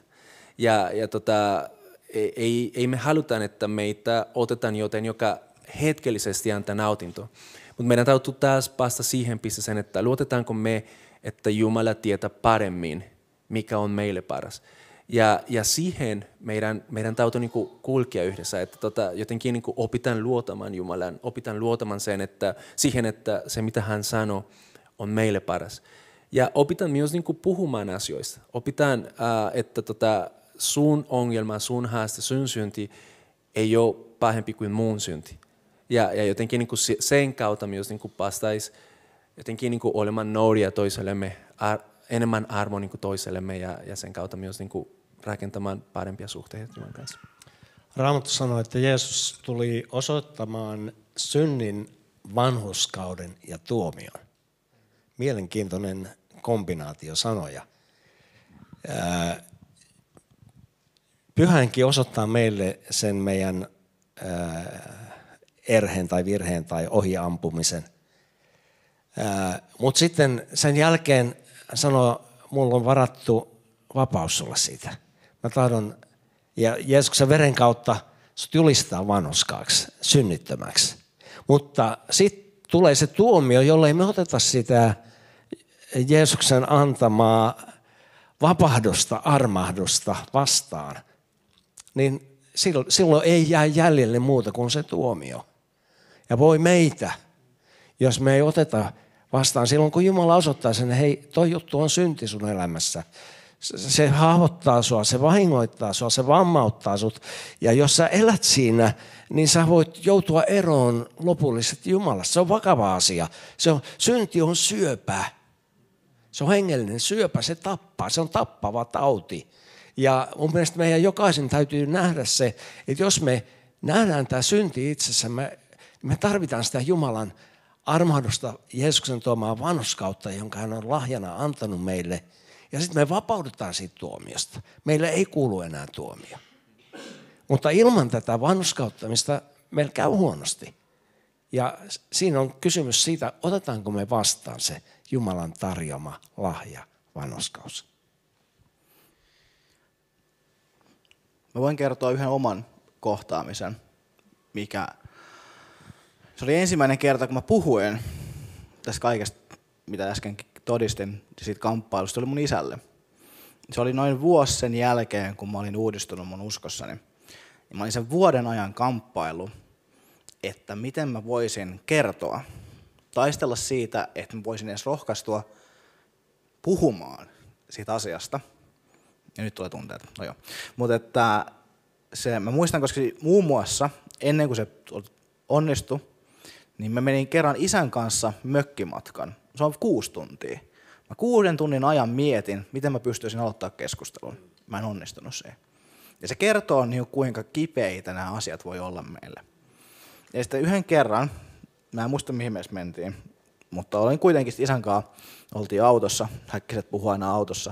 Ei me haluta, että meitä otetaan joten, joka hetkellisesti antaa nautintoa. Mutta meidän täytyy taas päästä siihen pisteeseen, että luotetaanko me, että Jumala tietää paremmin, mikä on meille paras. Ja siihen meidän täytyy niinku kulkea yhdessä, että jotenkin niinku opitaan luotamaan Jumalan, opitaan luotamaan siihen, että se mitä hän sanoo on meille paras. Ja opitaan myös niinku puhumaan asioista. Opitaan, että sun ongelma, sun haaste, sun synti ei ole pahempi kuin muun synti. Ja jotenkin niinku sen kautta myös niinku päästäisiin jotenkin niinku olemaan nouria toisellemme, enemmän armoa niinku toisellemme ja sen kautta myös niinku rakentamaan parempia suhteita Jumalan kanssa. Raamattu sanoo, että Jeesus tuli osoittamaan synnin, vanhurskauden ja tuomion. Mielenkiintoinen kombinaatio sanoja. Pyhä Henki osoittaa meille sen meidän erheen tai virheen tai ohiampumisen. Mutta sitten sen jälkeen sanoo, mulla on varattu vapaus sulle siitä. Mä tahdon, ja Jeesuksen veren kautta sut julistaa vanhurskaaksi, synnittömäksi. Mutta sitten tulee se tuomio, jollei me oteta sitä Jeesuksen antamaa vapahdusta, armahdusta vastaan, niin silloin ei jää jäljelle muuta kuin se tuomio. Ja voi meitä, jos me ei oteta vastaan, silloin kun Jumala osoittaa sen, hei, toi juttu on synti sun elämässä. Se haavoittaa sua, se vahingoittaa sua, se vammauttaa sut. Ja jos sä elät siinä, niin sä voit joutua eroon lopullisesti Jumalasta. Se on vakava asia. Synti on syöpä. Se on hengellinen syöpä, se tappaa, se on tappava tauti. Ja mun mielestä meidän jokaisen täytyy nähdä se, että jos me nähdään tämä synti itsessämme, me tarvitaan sitä Jumalan armahdusta, Jeesuksen tuomaa vanhurskautta, jonka hän on lahjana antanut meille. Ja sitten me vapaudutaan siitä tuomiosta. Meille ei kuulu enää tuomio. Mutta ilman tätä vanhurskautta, mistä meillä käy huonosti. Ja siinä on kysymys siitä, otetaanko me vastaan se Jumalan tarjoama lahja, vanhurskaus. Mä voin kertoa yhden oman kohtaamisen, se oli ensimmäinen kerta, kun mä puhuin tästä kaikesta, mitä äsken todistin siitä kamppailusta, se oli mun isälle. Se oli noin vuosi sen jälkeen, kun mä olin uudistunut mun uskossani. Ja mä olin sen vuoden ajan kamppailu, että miten mä voisin kertoa, taistella siitä, että mä voisin edes rohkaistua puhumaan siitä asiasta. Ja nyt tulee tunteet, no joo. Mutta että mä muistan, koska muun muassa ennen kuin se onnistui, niin mä menin kerran isän kanssa mökkimatkan. Se on 6 tuntia. Mä 6 tunnin ajan mietin, miten mä pystyisin aloittaa keskustelun. Mä en onnistunut siihen. Ja se kertoo, niin kuinka kipeitä nämä asiat voi olla meille. Ja sitten yhden kerran, mä en muista mihin me mentiin, mutta olin kuitenkin isän kanssa, oltiin autossa, häkkiset puhuu aina autossa.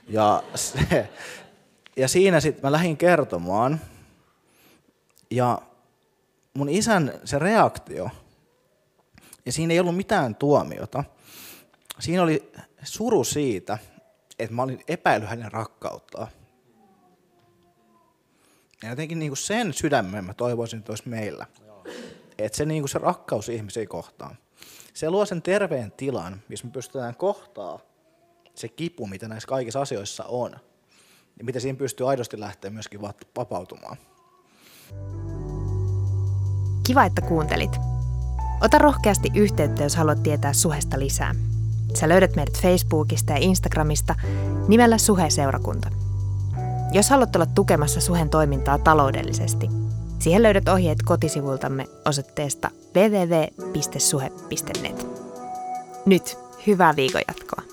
Ja siinä sitten mä lähdin kertomaan, ja mun isän se reaktio, ja siinä ei ollut mitään tuomiota, siinä oli suru siitä, että mä olin epäillyt hänen rakkauttaan. Ja jotenkin niin kuin sen sydämen mä toivoisin, että olisi meillä. Että se, niin kuin se rakkaus ihmisiä kohtaan. Se luo sen terveen tilan, missä me pystytään kohtaa se kipu, mitä näissä kaikissa asioissa on. Ja miten siinä pystyy aidosti lähteä myöskin vapautumaan. Kiva, että kuuntelit. Ota rohkeasti yhteyttä, jos haluat tietää Suhesta lisää. Sä löydät meidät Facebookista ja Instagramista nimellä Suhe-seurakunta. Jos haluat olla tukemassa Suhen toimintaa taloudellisesti, siihen löydät ohjeet kotisivuiltamme osoitteesta www.suhe.net. Nyt hyvää viikon jatkoa.